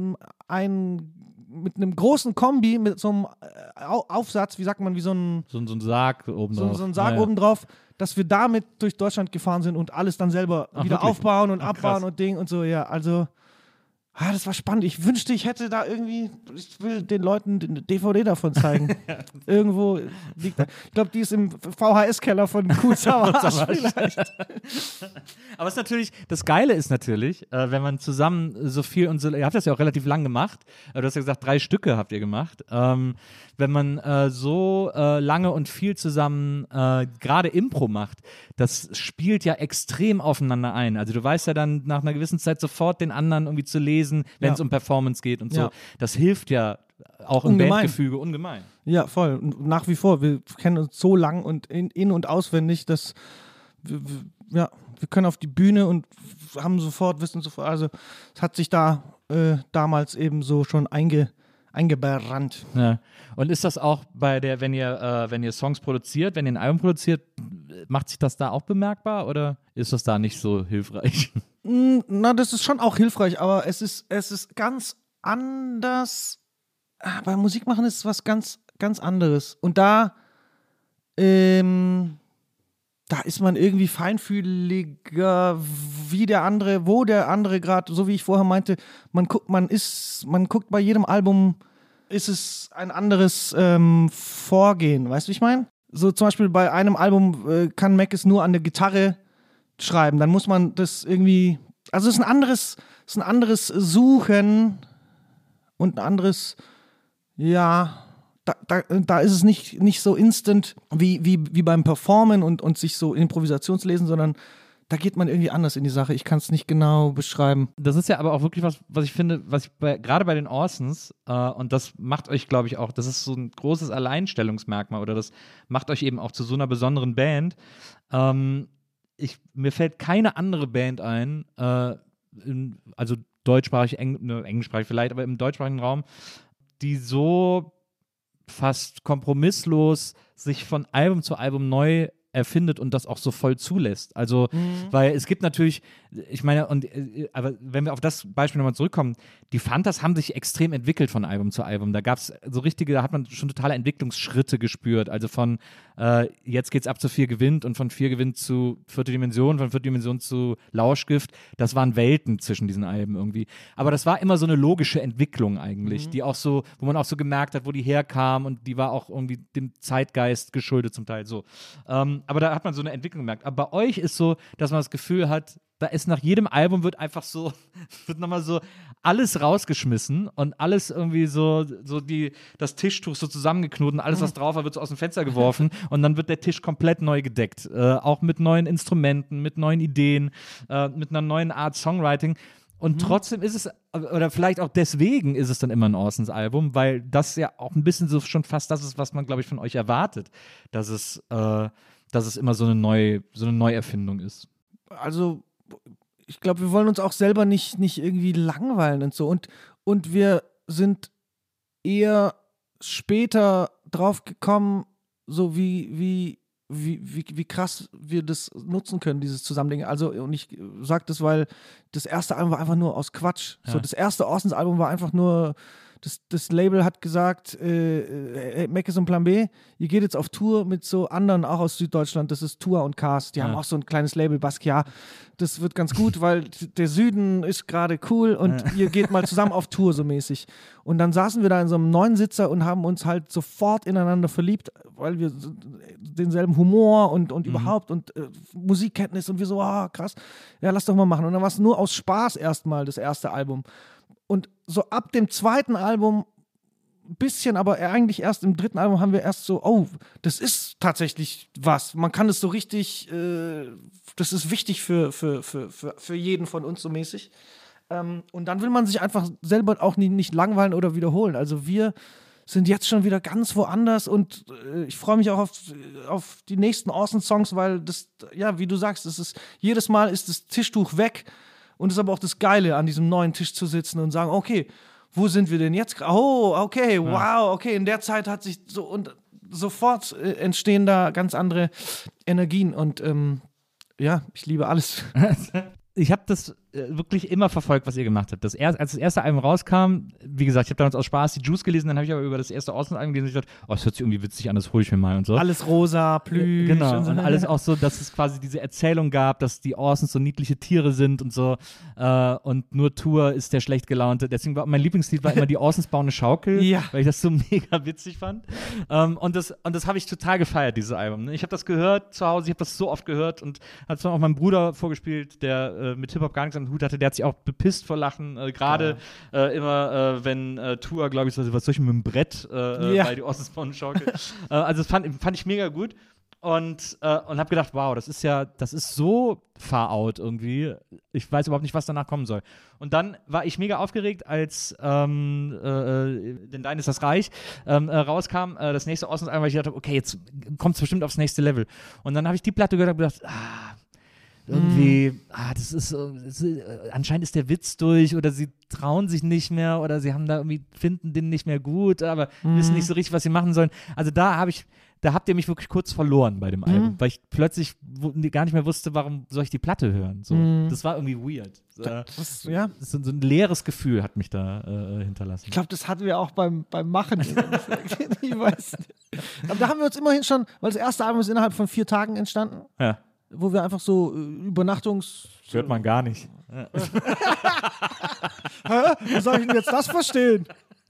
S4: mit einem großen Kombi, mit so einem Aufsatz, wie sagt man, wie so ein
S5: Sarg oben drauf.
S4: So ein Sarg oben drauf, dass wir damit durch Deutschland gefahren sind und alles dann selber wieder
S5: wirklich?
S4: aufbauen und abbauen
S5: krass.
S4: und Ding und so, ja, also das war spannend. Ich wünschte, ich hätte da irgendwie, ich will den Leuten eine DVD davon zeigen. Irgendwo liegt da. Ich glaube, die ist im VHS-Keller von Kool Savas vielleicht.
S5: Aber es ist natürlich, das Geile ist natürlich, wenn man zusammen so viel und so, ihr habt das ja auch relativ lang gemacht, du hast ja gesagt, 3 Stücke habt ihr gemacht, wenn man so lange und viel zusammen gerade Impro macht, das spielt ja extrem aufeinander ein. Also du weißt ja dann nach einer gewissen Zeit sofort den anderen irgendwie zu lesen, wenn es um Performance geht und so. Ja. Das hilft ja auch im Bandgefüge ungemein.
S4: Ja, voll. Und nach wie vor. Wir kennen uns so lang und in- und auswendig, dass wir können auf die Bühne und wissen sofort, also es hat sich da damals eben so schon eingebrannt.
S5: Ja. Und ist das auch wenn ihr Songs produziert, wenn ihr ein Album produziert, macht sich das da auch bemerkbar oder ist das da nicht so hilfreich?
S4: Na, das ist schon auch hilfreich, aber es ist ganz anders. Beim Musikmachen ist es was ganz, ganz anderes. Und da da ist man irgendwie feinfühliger wie der andere, wo der andere gerade, so wie ich vorher meinte, man guckt bei jedem Album, ist es ein anderes Vorgehen, weißt du, wie ich meine? So zum Beispiel bei einem Album kann Mac es nur an der Gitarre schreiben, dann muss man das irgendwie, also es ist ein anderes Suchen und ein anderes, ja, da ist es nicht so instant wie beim Performen und sich so Improvisationslesen, sondern da geht man irgendwie anders in die Sache. Ich kann es nicht genau beschreiben.
S5: Das ist ja aber auch wirklich was ich finde, gerade bei den Orsons, und das macht euch, glaube ich, auch, das ist so ein großes Alleinstellungsmerkmal oder das macht euch eben auch zu so einer besonderen Band. Mir fällt keine andere Band ein, also deutschsprachig, englischsprachig vielleicht, aber im deutschsprachigen Raum, die so fast kompromisslos sich von Album zu Album neu erfindet und das auch so voll zulässt. Also, weil es gibt natürlich, ich meine, aber wenn wir auf das Beispiel nochmal zurückkommen, die Fantas haben sich extrem entwickelt von Album zu Album. Da gab es so da hat man schon totale Entwicklungsschritte gespürt. Also von jetzt geht's ab zu 4 gewinnt und von 4 gewinnt zu 4. Dimension, von 4. Dimension zu Lauschgift. Das waren Welten zwischen diesen Alben irgendwie. Aber das war immer so eine logische Entwicklung eigentlich, die auch so, wo man auch so gemerkt hat, wo die herkam und die war auch irgendwie dem Zeitgeist geschuldet zum Teil so. Aber da hat man so eine Entwicklung gemerkt. Aber bei euch ist so, dass man das Gefühl hat, da ist nach jedem Album wird nochmal so alles rausgeschmissen und alles irgendwie das Tischtuch so zusammengeknotet und alles, was drauf war, wird so aus dem Fenster geworfen und dann wird der Tisch komplett neu gedeckt. Auch mit neuen Instrumenten, mit neuen Ideen, mit einer neuen Art Songwriting. Und trotzdem ist es, oder vielleicht auch deswegen ist es dann immer ein Orsons Album, weil das ja auch ein bisschen so schon fast das ist, was man, glaube ich, von euch erwartet, dass es immer so eine Neuerfindung ist.
S4: Also ich glaube, wir wollen uns auch selber nicht irgendwie langweilen und so. Und wir sind eher später drauf gekommen, so wie krass wir das nutzen können, dieses Zusammending. Also, und ich sage das, weil das erste Album war einfach nur aus Quatsch. Ja. So, das erste Orsons-Album war einfach nur, das Label hat gesagt, Mac ist und Plan B, ihr geht jetzt auf Tour mit so anderen, auch aus Süddeutschland, das ist Tour und Cast, die haben auch so ein kleines Label, Basquiat, das wird ganz gut, weil der Süden ist gerade cool und ihr geht mal zusammen auf Tour so mäßig. Und dann saßen wir da in so einem 9-Sitzer und haben uns halt sofort ineinander verliebt, weil wir denselben Humor und überhaupt und Musikkenntnis und wir so, krass, ja, lass doch mal machen. Und dann war es nur aus Spaß erstmal das erste Album. Und so ab dem zweiten Album, ein bisschen, aber eigentlich erst im dritten Album haben wir erst so, das ist tatsächlich was. Man kann es so richtig, das ist wichtig für jeden von uns so mäßig. Und dann will man sich einfach selber auch nicht langweilen oder wiederholen. Also wir sind jetzt schon wieder ganz woanders und ich freue mich auch auf die nächsten Orson-Songs, weil das, ja, wie du sagst, jedes Mal ist das Tischtuch weg. Und es ist aber auch das Geile, an diesem neuen Tisch zu sitzen und sagen, okay, wo sind wir denn jetzt? Oh, okay, wow, okay, in der Zeit hat sich so und sofort entstehen da ganz andere Energien und ja, ich liebe alles.
S5: Ich habe das wirklich immer verfolgt, was ihr gemacht habt. Als das erste Album rauskam, wie gesagt, ich habe damals aus Spaß die Juice gelesen, dann habe ich aber über das erste Orson-Album gelesen und ich dachte, das hört sich irgendwie witzig an, das hole ich mir mal und so.
S4: Alles rosa, Plüsch.
S5: Genau, und alles auch so, dass es quasi diese Erzählung gab, dass die Orsons so niedliche Tiere sind und so und nur Tour ist der schlecht gelaunte. Deswegen war mein Lieblingslied immer die Orsons bauen eine Schaukel, weil ich das so mega witzig fand. Und das habe ich total gefeiert, dieses Album. Ich habe das gehört zu Hause, ich habe das so oft gehört und habe es dann auch meinem Bruder vorgespielt, der mit Hip-Hop gar nichts am Hut hatte, der hat sich auch bepisst vor Lachen, gerade immer, wenn Tour, glaube ich, was soll ich mit dem Brett bei die Orsons bauen eine Schaukel. Also das fand ich mega gut. Und habe gedacht, wow, das ist so far out irgendwie. Ich weiß überhaupt nicht, was danach kommen soll. Und dann war ich mega aufgeregt, als denn Dein ist das Reich rauskam, das nächste Orsons-Album, weil ich dachte, okay, jetzt kommt es bestimmt aufs nächste Level. Und dann habe ich die Platte gehört und gedacht, irgendwie, anscheinend ist der Witz durch oder sie trauen sich nicht mehr oder sie haben da irgendwie, finden den nicht mehr gut, aber wissen nicht so richtig, was sie machen sollen. Also da da habt ihr mich wirklich kurz verloren bei dem Album, weil ich plötzlich gar nicht mehr wusste, warum soll ich die Platte hören. So, das war irgendwie weird. So ein leeres Gefühl hat mich da hinterlassen.
S4: Ich glaube, das hatten wir auch beim Machen. Ich weiß nicht. Aber da haben wir uns immerhin schon, weil das erste Album ist innerhalb von 4 Tagen entstanden, wo wir einfach so
S5: Hört man gar nicht.
S4: Wie soll ich denn jetzt das verstehen?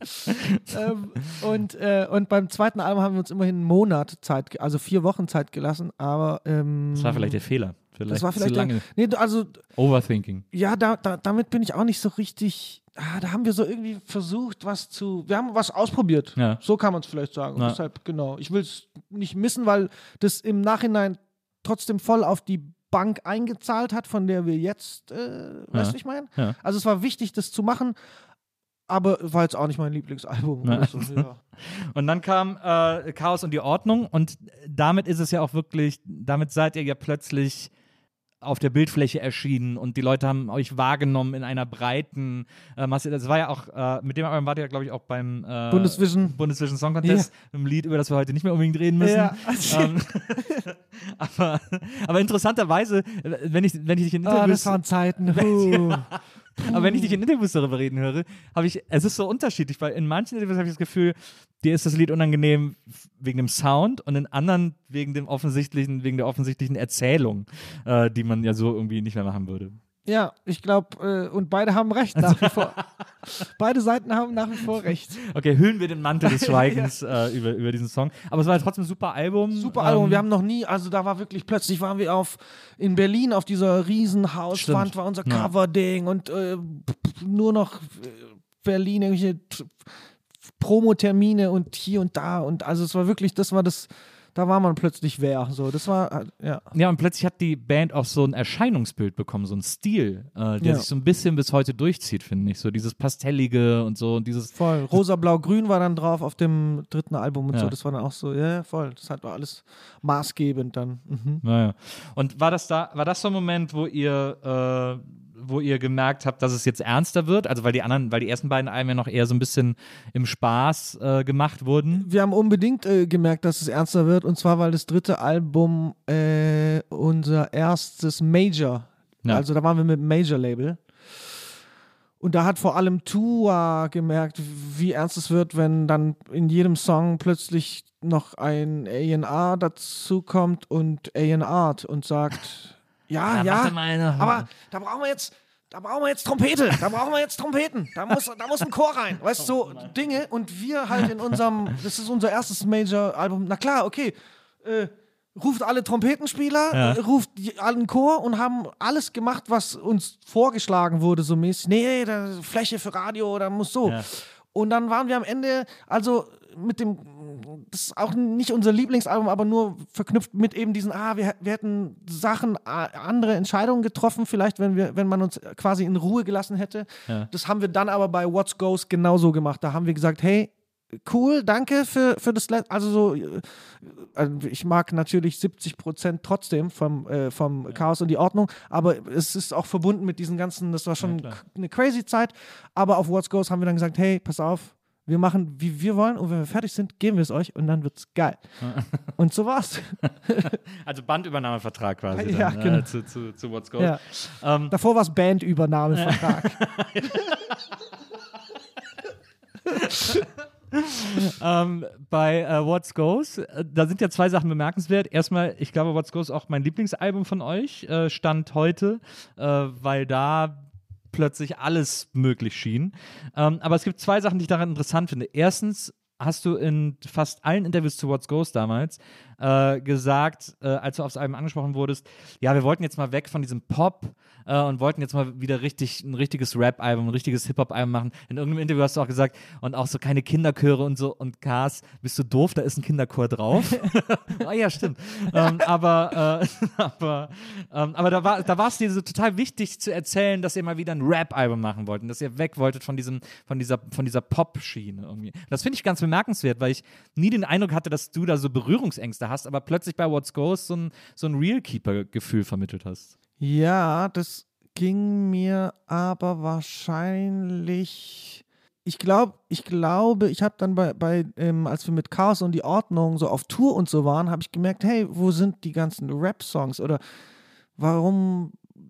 S4: Und beim zweiten Album haben wir uns immerhin einen Monat Zeit, also 4 Wochen Zeit gelassen, aber
S5: das war vielleicht der Fehler.
S4: Das war vielleicht
S5: zu lange.
S4: Overthinking. Ja, damit bin ich auch nicht so richtig. Da haben wir so irgendwie versucht, wir haben was ausprobiert. Ja. So kann man es vielleicht sagen. Und deshalb, genau. Ich will es nicht missen, weil das im Nachhinein trotzdem voll auf die Bank eingezahlt hat, von der wir jetzt, weißt du, ich meine? Ja. Also es war wichtig, das zu machen, aber war jetzt auch nicht mein Lieblingsalbum. So, ja.
S5: Und dann kam Chaos und die Ordnung und damit ist es ja auch wirklich, damit seid ihr ja plötzlich auf der Bildfläche erschienen und die Leute haben euch wahrgenommen in einer breiten Masse. Das war ja auch, mit dem Album wart ihr ja, glaube ich, auch beim Bundesvision Song Contest, einem Lied, über das wir heute nicht mehr unbedingt reden müssen. Ja. Aber interessanterweise, wenn ich dich in Interviews...
S4: das waren Zeiten.
S5: Aber wenn ich dich in Interviews darüber reden höre, es ist so unterschiedlich, weil in manchen Interviews habe ich das Gefühl, dir ist das Lied unangenehm wegen dem Sound und in anderen wegen der offensichtlichen Erzählung, die man ja so irgendwie nicht mehr machen würde.
S4: Ja, ich glaube, und beide haben recht nach wie vor. Beide Seiten haben nach wie vor recht.
S5: Okay, hüllen wir den Mantel des Schweigens über diesen Song. Aber es war trotzdem ein super Album.
S4: Super Album. Wir haben noch nie, also da war wirklich, plötzlich waren wir in Berlin auf dieser riesen Hauswand, war unser Cover-Ding und nur noch Berlin, irgendwelche Promotermine und hier und da. Und also es war wirklich, da war man plötzlich wer. So, das war, ja.
S5: Ja, und plötzlich hat die Band auch so ein Erscheinungsbild bekommen, so ein Stil, der sich so ein bisschen bis heute durchzieht, finde ich. So dieses Pastellige und so. Und dieses
S4: voll. Rosa, Blau, Grün war dann drauf auf dem 3. Album und so. Das war dann auch so, voll. Das war alles maßgebend dann.
S5: Naja. Und war das so ein Moment, wo ihr gemerkt habt, dass es jetzt ernster wird? Also weil die ersten beiden Alben ja noch eher so ein bisschen im Spaß gemacht wurden.
S4: Wir haben unbedingt gemerkt, dass es ernster wird, und zwar, weil das 3. Album unser erstes Major, also da waren wir mit dem Major-Label. Und da hat vor allem Tua gemerkt, wie ernst es wird, wenn dann in jedem Song plötzlich noch ein A&R dazukommt und A&R und sagt... Ja, aber da brauchen wir jetzt Trompete, da brauchen wir jetzt Trompeten, da muss ein Chor rein, weißt du, so Dinge. Und wir halt das ist unser erstes Major-Album, na klar, okay, ruft alle Trompetenspieler, ruft allen Chor und haben alles gemacht, was uns vorgeschlagen wurde, so mäßig. Nee, da Fläche für Radio, da muss so. Ja. Und dann waren wir am Ende, also das ist auch nicht unser Lieblingsalbum, aber nur verknüpft mit eben diesen, wir hätten andere Entscheidungen getroffen, vielleicht, wenn man uns quasi in Ruhe gelassen hätte. Ja. Das haben wir dann aber bei What's Goes genauso gemacht. Da haben wir gesagt, hey, cool, danke für das, also so, ich mag natürlich 70% trotzdem vom Chaos und die Ordnung, aber es ist auch verbunden mit diesen ganzen, das war schon eine crazy Zeit, aber auf What's Goes haben wir dann gesagt, hey, pass auf, wir machen, wie wir wollen, und wenn wir fertig sind, geben wir es euch und dann wird's geil. Und so war's.
S5: Also Bandübernahmevertrag quasi
S4: ja,
S5: dann,
S4: genau.
S5: zu What's Goes.
S4: Ja. Davor war es Bandübernahmevertrag.
S5: Bei What's Goes, da sind ja 2 Sachen bemerkenswert. Erstmal, ich glaube, What's Goes ist auch mein Lieblingsalbum von euch, Stand heute, weil da plötzlich alles möglich schien. Aber es gibt 2 Sachen, die ich daran interessant finde. Erstens hast du in fast allen Interviews zu What's Goes damals gesagt, als du aufs Album angesprochen wurdest, ja, wir wollten jetzt mal weg von diesem Pop und wollten jetzt mal wieder ein richtiges Rap-Album, ein richtiges Hip-Hop-Album machen. In irgendeinem Interview hast du auch gesagt, und auch so keine Kinderchöre und so, und Cars, bist du doof, da ist ein Kinderchor drauf. Ja, stimmt. Aber da war es dir so total wichtig zu erzählen, dass ihr mal wieder ein Rap-Album machen wollt und dass ihr weg wolltet von dieser Pop-Schiene irgendwie. Das finde ich ganz bemerkenswert, weil ich nie den Eindruck hatte, dass du da so Berührungsängste hast, aber plötzlich bei What's Goes so ein Real-Keeper-Gefühl vermittelt hast.
S4: Ja, das ging mir aber wahrscheinlich ich glaube, ich habe dann als wir mit Chaos und die Ordnung so auf Tour und so waren, habe ich gemerkt, hey, wo sind die ganzen Rap-Songs oder warum,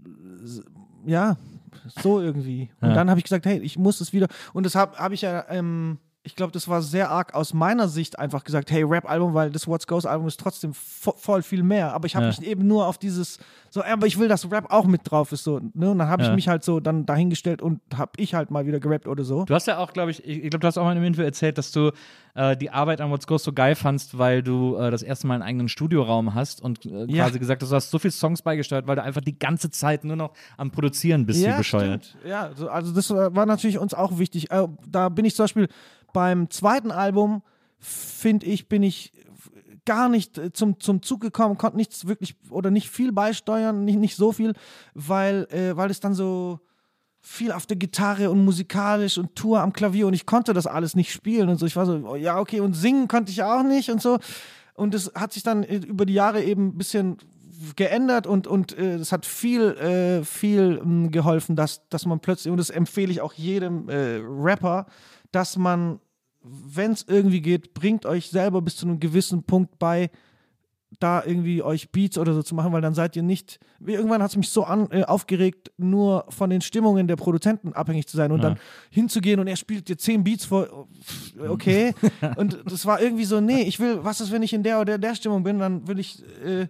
S4: ja, so irgendwie. Und dann habe ich gesagt, hey, ich muss es wieder, und das habe ich ja, ich glaube, das war sehr arg aus meiner Sicht einfach gesagt, hey, Rap-Album, weil das What's Goes Album ist trotzdem voll viel mehr. Aber ich habe mich eben nur auf dieses, so, aber ich will, dass Rap auch mit drauf ist. So, ne? Und dann habe ich mich halt so dann dahingestellt und habe ich halt mal wieder gerappt oder so.
S5: Du hast ja auch, glaube ich glaube, du hast auch mal in einem Interview erzählt, dass du die Arbeit an What's Goes so geil fandst, weil du das erste Mal einen eigenen Studioraum hast und quasi gesagt hast, du hast so viele Songs beigesteuert, weil du einfach die ganze Zeit nur noch am Produzieren bist, wie bescheuert.
S4: Stimmt. Ja, also das war natürlich uns auch wichtig. Da bin ich zum Beispiel beim zweiten Album, finde ich, bin ich gar nicht zum Zug gekommen, konnte nichts wirklich oder nicht viel beisteuern, nicht so viel, weil es dann so viel auf der Gitarre und musikalisch und Tour am Klavier und ich konnte das alles nicht spielen und so. Ich war so, oh, ja, okay, und singen konnte ich auch nicht und so. Und das hat sich dann über die Jahre eben ein bisschen geändert und es hat viel geholfen, dass man plötzlich, und das empfehle ich auch jedem Rapper, dass man, wenn es irgendwie geht, bringt euch selber bis zu einem gewissen Punkt bei, da irgendwie euch Beats oder so zu machen, weil dann seid ihr nicht, irgendwann hat es mich so aufgeregt, nur von den Stimmungen der Produzenten abhängig zu sein und dann hinzugehen und er spielt dir 10 Beats vor, okay, und das war irgendwie so, nee, ich will, was ist, wenn ich in der oder der Stimmung bin, dann will ich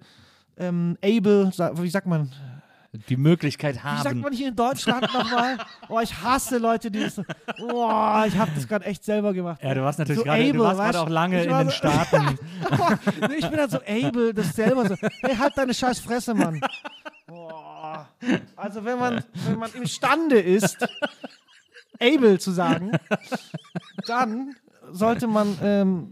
S4: able, wie sagt man?
S5: Die Möglichkeit haben.
S4: Wie sagt man hier in Deutschland nochmal? Oh, ich hasse Leute, die das. Oh, ich habe das gerade echt selber gemacht.
S5: Ja, du warst natürlich
S4: so
S5: gerade auch lange in den Staaten.
S4: Nee, ich bin halt so able, das selber so. Hey, halt deine scheiß Fresse, Mann. Oh. Also wenn man imstande ist, able zu sagen, dann sollte man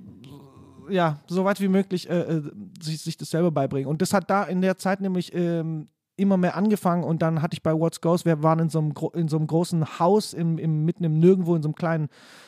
S4: so weit wie möglich sich das selber beibringen. Und das hat da in der Zeit nämlich immer mehr angefangen und dann hatte ich bei What's Goes, wir waren in so einem großen Haus mitten im Nirgendwo, in so einem kleinen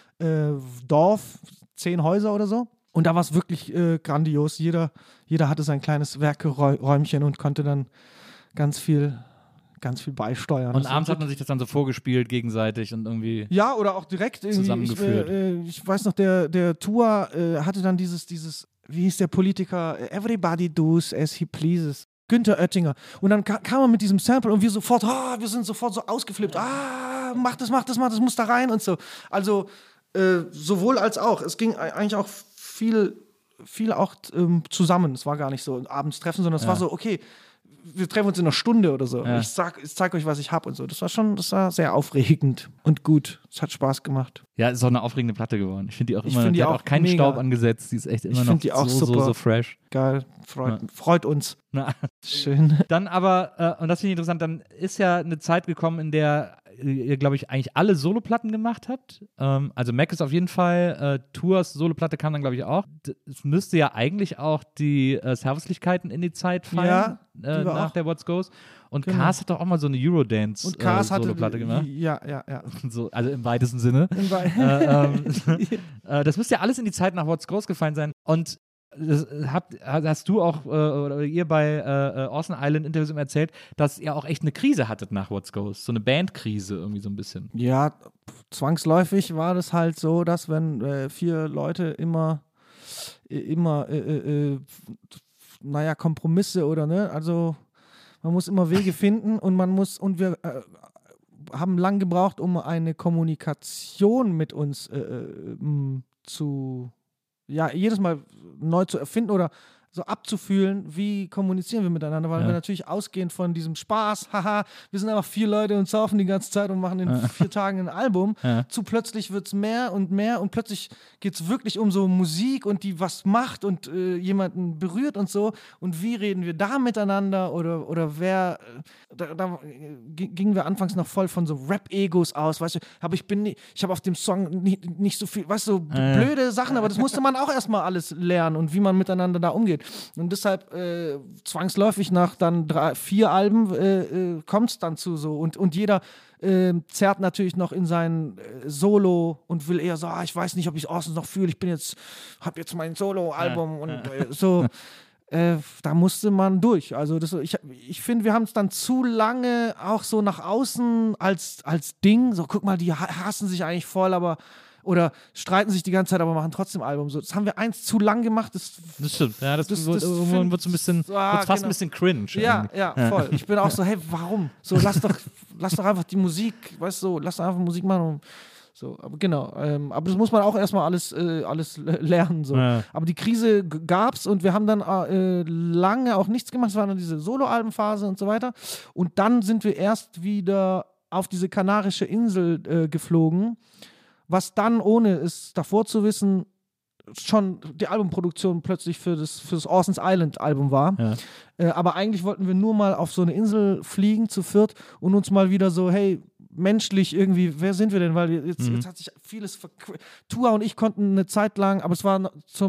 S4: Dorf, 10 Häuser oder so. Und da war es wirklich grandios. Jeder hatte sein kleines Werkräumchen und konnte dann ganz viel beisteuern.
S5: Und abends hat man sich das dann so vorgespielt gegenseitig und irgendwie
S4: ja, oder auch direkt irgendwie
S5: zusammengeführt.
S4: Ich weiß noch, der Tour hatte dann dieses, wie hieß der Politiker? Everybody does as he pleases. Günther Oettinger. Und dann kam er mit diesem Sample und wir sind sofort so ausgeflippt. Mach das muss da rein und so. Also sowohl als auch. Es ging eigentlich auch viel auch zusammen. Es war gar nicht so ein Abendstreffen, sondern es war so, okay, wir treffen uns in einer Stunde oder so. Ja. Ich zeig euch, was ich habe und so. Das war sehr aufregend und gut. Es hat Spaß gemacht.
S5: Ja, ist auch eine aufregende Platte geworden. Ich finde die auch immer, die hat auch keinen mega. Staub angesetzt. Die ist echt immer noch so fresh.
S4: Geil, freut uns. Schön.
S5: Dann aber, und das finde ich interessant, dann ist ja eine Zeit gekommen, in der ihr, glaube ich, eigentlich alle Soloplatten gemacht habt. Also Mac ist auf jeden Fall, Tours Soloplatte kam dann, glaube ich, auch. Es müsste ja eigentlich auch die Servicelichkeiten in die Zeit fallen, nach der What's Goes. Und genau. Cars hat doch auch mal so eine Eurodance-Soloplatte gemacht. Ja. So, also im weitesten Sinne. Das müsste ja alles in die Zeit nach What's Goes gefallen sein. Und hast du auch oder ihr bei Awesome Island Interviews immer erzählt, dass ihr auch echt eine Krise hattet nach What's Goes, so eine Bandkrise irgendwie so ein bisschen.
S4: Ja, zwangsläufig war das halt so, dass wenn 4 Leute immer Kompromisse oder ne, also man muss immer Wege finden und wir haben lang gebraucht, um eine Kommunikation mit uns jedes Mal neu zu erfinden oder so abzufühlen, wie kommunizieren wir miteinander, weil wir natürlich ausgehend von diesem Spaß, haha, wir sind einfach 4 Leute und saufen die ganze Zeit und machen in 4 Tagen ein Album, zu plötzlich wird es mehr und plötzlich geht es wirklich um so Musik und die was macht und jemanden berührt und so und wie reden wir da miteinander oder wer, da gingen wir anfangs noch voll von so Rap-Egos aus, weißt du, aber ich habe auf dem Song nicht so viel, weißt du, so blöde Sachen, aber das musste man auch erstmal alles lernen und wie man miteinander da umgeht. Und deshalb zwangsläufig nach dann 4 Alben kommt es dann zu so und jeder zerrt natürlich noch in sein Solo und will eher so, ich weiß nicht, ob ich Awesome noch fühle, habe jetzt mein Solo-Album und so. da musste man durch. Also ich finde, wir haben es dann zu lange auch so nach außen als Ding, so guck mal, die hassen sich eigentlich voll, aber oder streiten sich die ganze Zeit, aber machen trotzdem Album. So, das haben wir zu lang gemacht. Das
S5: stimmt. Ja, das wird so ein bisschen, fast ein bisschen cringe.
S4: Ja, voll. Ich bin auch so, hey, warum? So, lass doch einfach die Musik, weißt du, lass doch einfach Musik machen. So, aber genau. Aber das muss man auch erstmal alles lernen. So. Ja. Aber die Krise gab's und wir haben dann lange auch nichts gemacht. Es war dann diese Solo-Albenphase und so weiter. Und dann sind wir erst wieder auf diese kanarische Insel geflogen, was dann, ohne es davor zu wissen, schon die Albumproduktion plötzlich für das Orson's Island Album war. Ja. Aber eigentlich wollten wir nur mal auf so eine Insel fliegen zu viert und uns mal wieder so, hey, menschlich irgendwie, wer sind wir denn? Weil jetzt hat sich vieles Tua und ich konnten eine Zeit lang, aber es war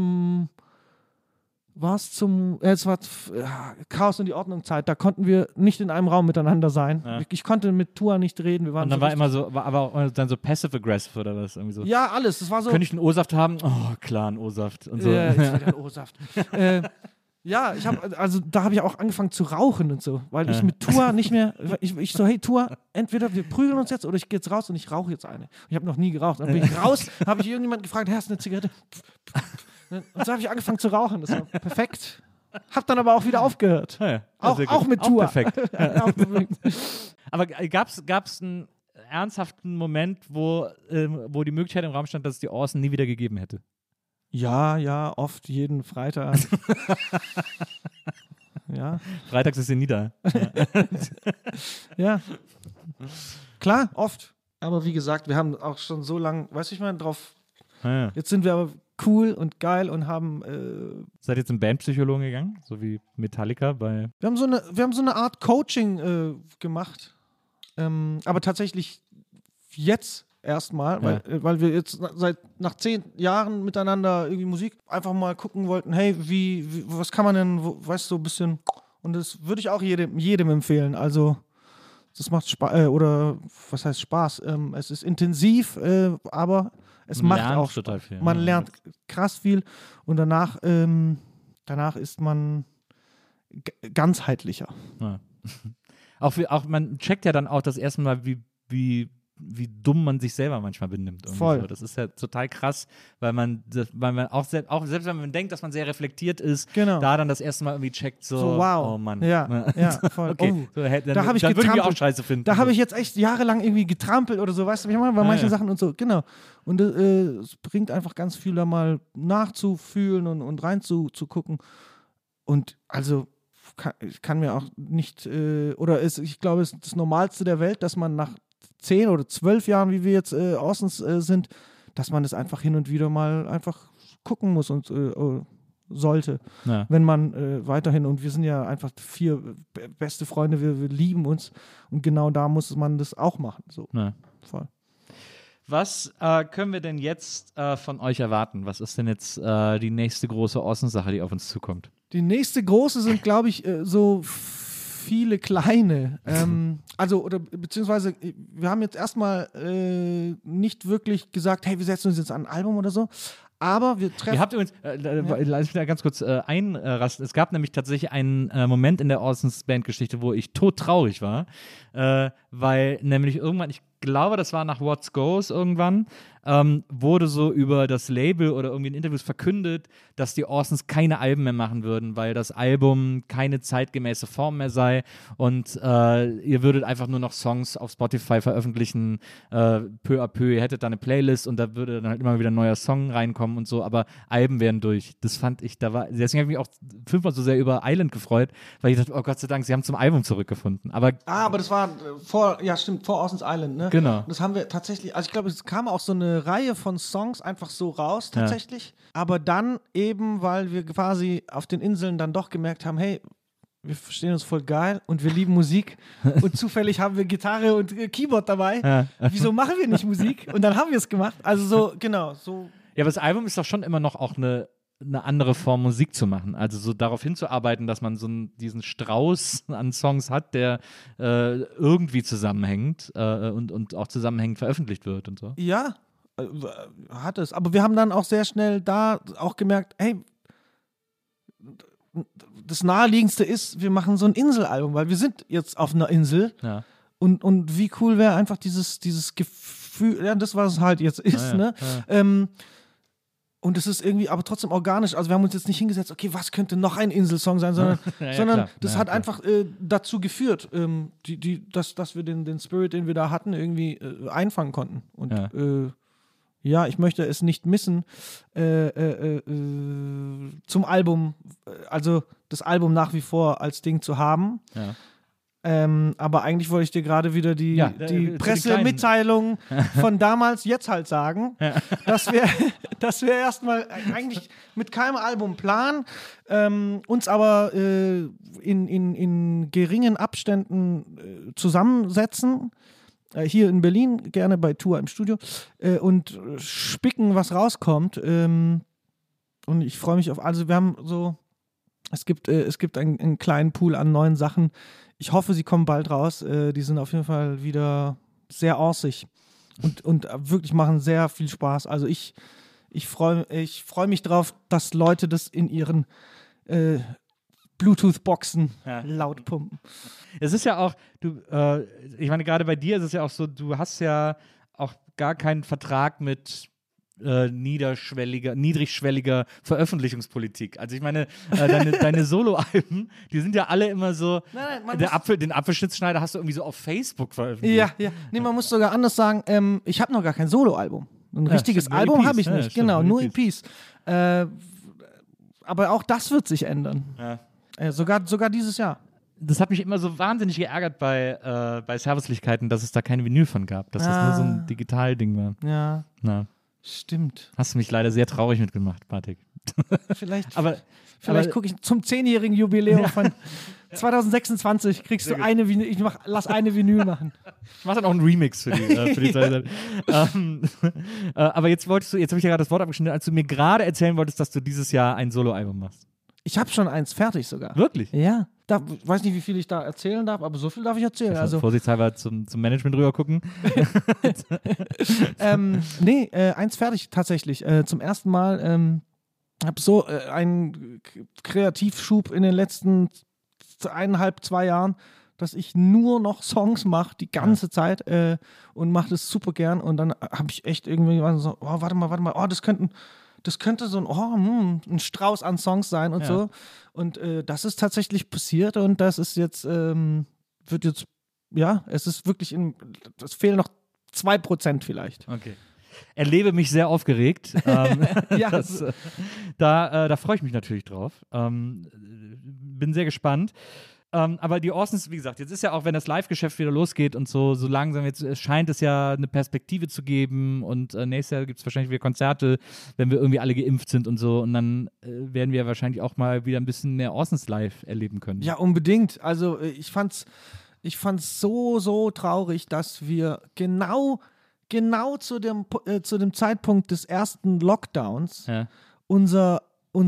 S4: es war Chaos und die Ordnung Zeit, da konnten wir nicht in einem Raum miteinander sein. Ja. Ich konnte mit Tua nicht reden. Wir waren
S5: und dann war aber auch dann so passive-aggressive oder was? Irgendwie so.
S4: Ja, alles. Das war so.
S5: Könnte ich einen O-Saft haben? Oh, klar, einen O-Saft. Und so.
S4: Ja, ich will einen O-Saft. Ja, da habe ich auch angefangen zu rauchen und so, weil ich mit Tua nicht mehr, ich so, hey Tua, entweder wir prügeln uns jetzt oder ich gehe jetzt raus und ich rauche jetzt eine. Und ich habe noch nie geraucht. Dann bin ich raus, habe ich irgendjemanden gefragt, hast du eine Zigarette? Und so habe ich angefangen zu rauchen. Das war perfekt. Hab dann aber auch wieder aufgehört. Ja, auch mit Tua.
S5: Auch perfekt. Aber gab's einen ernsthaften Moment, wo die Möglichkeit im Raum stand, dass es die Orson nie wieder gegeben hätte?
S4: Ja, oft jeden Freitag. Ja.
S5: Freitags ist sie nie da.
S4: Ja. Klar, oft. Aber wie gesagt, wir haben auch schon so lange, weißt du, ich meine, drauf. Ja. Jetzt sind wir aber cool und geil und haben.
S5: Seid ihr jetzt zum Bandpsychologen gegangen? So wie Metallica bei.
S4: Wir haben so eine Art Coaching gemacht. Aber tatsächlich jetzt erstmal, weil wir jetzt nach 10 Jahren miteinander irgendwie Musik einfach mal gucken wollten, hey, was kann man denn, weißt du, so ein bisschen, und das würde ich auch jedem empfehlen, also das macht Spaß, oder was heißt Spaß, es ist intensiv, aber es macht auch
S5: total viel.
S4: Man lernt krass viel und danach ist man ganzheitlicher.
S5: Ja. Auch man checkt ja dann auch das erste Mal, wie dumm man sich selber manchmal benimmt.
S4: Voll.
S5: So. Das ist ja total krass, weil man auch selbst wenn man denkt, dass man sehr reflektiert ist,
S4: genau,
S5: da dann das erste Mal irgendwie checkt, so
S4: wow.
S5: Oh Mann.
S4: Ja, voll.
S5: Okay.
S4: Oh.
S5: So,
S4: da habe ich
S5: würde ich auch
S4: getrampelt.
S5: scheiße finden.
S4: Da habe ich jetzt echt jahrelang irgendwie getrampelt oder so, weißt du, wie ich meine? Bei manchen Sachen und so, genau. Und es bringt einfach ganz viel, da mal nachzufühlen und reinzugucken. Und also ich kann mir auch nicht, ich glaube, es ist das Normalste der Welt, dass man nach 10 oder 12 Jahren, wie wir jetzt Orsons sind, dass man das einfach hin und wieder mal einfach gucken muss und sollte, wenn man weiterhin, und wir sind ja einfach 4 beste Freunde, wir lieben uns und genau da muss man das auch machen. So. Voll.
S5: Was können wir denn jetzt von euch erwarten? Was ist denn jetzt die nächste große Orsons-Sache, die auf uns zukommt?
S4: Die nächste große sind, glaube ich, so viele kleine. Beziehungsweise, wir haben jetzt erstmal nicht wirklich gesagt, hey, wir setzen uns jetzt an ein Album oder so. Aber wir treffen.
S5: Ihr habt übrigens, lass mich da ganz kurz einrasten. Es gab nämlich tatsächlich einen Moment in der Orsons Bandgeschichte, wo ich todtraurig war, weil nämlich irgendwann, ich glaube, das war nach What's Goes irgendwann, wurde so über das Label oder irgendwie in Interviews verkündet, dass die Orsons keine Alben mehr machen würden, weil das Album keine zeitgemäße Form mehr sei und ihr würdet einfach nur noch Songs auf Spotify veröffentlichen, peu à peu. Ihr hättet da eine Playlist und da würde dann halt immer wieder ein neuer Song reinkommen und so, aber Alben wären durch. Das fand ich, deswegen habe ich mich auch 5-mal so sehr über Island gefreut, weil ich dachte, oh Gott sei Dank, sie haben zum Album zurückgefunden. Aber
S4: das war vor Orson's Island, ne?
S5: Genau.
S4: Und das haben wir tatsächlich, also ich glaube, es kam auch so eine Reihe von Songs einfach so raus, tatsächlich. Ja. Aber dann eben, weil wir quasi auf den Inseln dann doch gemerkt haben, hey, wir verstehen uns voll geil und wir lieben Musik und zufällig haben wir Gitarre und Keyboard dabei. Ja. Wieso machen wir nicht Musik? Und dann haben wir es gemacht. Also so, genau. So.
S5: Ja, aber das Album ist doch schon immer noch auch eine andere Form Musik zu machen. Also so darauf hinzuarbeiten, dass man so diesen Strauß an Songs hat, der irgendwie zusammenhängt und auch zusammenhängend veröffentlicht wird und so.
S4: Ja, hat es. Aber wir haben dann auch sehr schnell da auch gemerkt, hey, das Naheliegendste ist, wir machen so ein Inselalbum, weil wir sind jetzt auf einer Insel.
S5: Ja.
S4: Und wie cool wäre einfach dieses Gefühl, ja, das, was es halt jetzt ist,
S5: Ja.
S4: Und es ist irgendwie aber trotzdem organisch. Also wir haben uns jetzt nicht hingesetzt, okay, was könnte noch ein Inselsong sein, sondern
S5: klar.
S4: das hat einfach dazu geführt, dass wir den Spirit, den wir da hatten, irgendwie einfangen konnten. Und ich möchte es nicht missen, zum Album, also das Album nach wie vor als Ding zu haben.
S5: Ja.
S4: Aber eigentlich wollte ich dir gerade wieder die Pressemitteilung von damals jetzt halt sagen, dass wir erstmal eigentlich mit keinem Album planen, uns aber in geringen Abständen zusammensetzen, hier in Berlin, gerne bei Tour im Studio, und spicken, was rauskommt. Und ich freue mich also wir haben so, es gibt einen kleinen Pool an neuen Sachen. Ich hoffe, sie kommen bald raus. Die sind auf jeden Fall wieder sehr orsig und wirklich machen sehr viel Spaß. Also ich freu mich drauf, dass Leute das in ihren Bluetooth-Boxen laut pumpen.
S5: Es ist ja auch, ich meine, gerade bei dir ist es ja auch so, du hast ja auch gar keinen Vertrag mit niedrigschwelliger Veröffentlichungspolitik. Also ich meine, deine Soloalben, die sind ja alle immer so, den Apfelschnitzschneider hast du irgendwie so auf Facebook veröffentlicht.
S4: Ja. Nee, man muss sogar anders sagen, ich habe noch gar kein Soloalbum. Ein richtiges
S5: stimmt,
S4: Album
S5: EPs,
S4: habe ich nicht.
S5: stimmt,
S4: Genau, nur
S5: EPs.
S4: EPs. Aber auch das wird sich ändern.
S5: Ja.
S4: Sogar dieses Jahr.
S5: Das hat mich immer so wahnsinnig geärgert bei Servicelichkeiten, dass es da keine Vinyl von gab, dass das nur so ein Digitalding war.
S4: Ja.
S5: Na.
S4: Stimmt.
S5: Hast du mich leider sehr traurig mitgemacht, Bartek.
S4: Vielleicht
S5: aber
S4: gucke ich zum 10-jährigen Jubiläum von 2026, kriegst du eine Vinyl, lass eine Vinyl machen.
S5: Ich mach dann auch einen Remix für die Zeit. Aber jetzt habe ich dir gerade das Wort abgeschnitten, als du mir gerade erzählen wolltest, dass du dieses Jahr ein Soloalbum machst.
S4: Ich habe schon eins fertig sogar.
S5: Wirklich?
S4: Ja. Weiß nicht, wie viel ich da erzählen darf, aber so viel darf ich erzählen. Also
S5: vorsichtshalber zum Management rüber gucken.
S4: Eins fertig tatsächlich. Zum ersten Mal habe so einen Kreativschub in den letzten 1,5, 2 Jahren, dass ich nur noch Songs mache die ganze Zeit und mache das super gern. Und dann habe ich echt irgendwie so, warte mal, das könnte so ein Strauß an Songs sein und so. Und das ist tatsächlich passiert und das ist jetzt, es ist wirklich, es fehlen noch 2% vielleicht.
S5: Okay. Erlebe mich sehr aufgeregt. Da freue ich mich natürlich drauf. Bin sehr gespannt. Aber die Orsons, wie gesagt, jetzt ist ja auch, wenn das Live-Geschäft wieder losgeht und so langsam, jetzt scheint es ja eine Perspektive zu geben und nächstes Jahr gibt es wahrscheinlich wieder Konzerte, wenn wir irgendwie alle geimpft sind und so und dann werden wir wahrscheinlich auch mal wieder ein bisschen mehr Orsons live erleben können.
S4: Ja, unbedingt. Also ich fand's so traurig, dass wir genau zu dem Zeitpunkt des ersten Lockdowns unser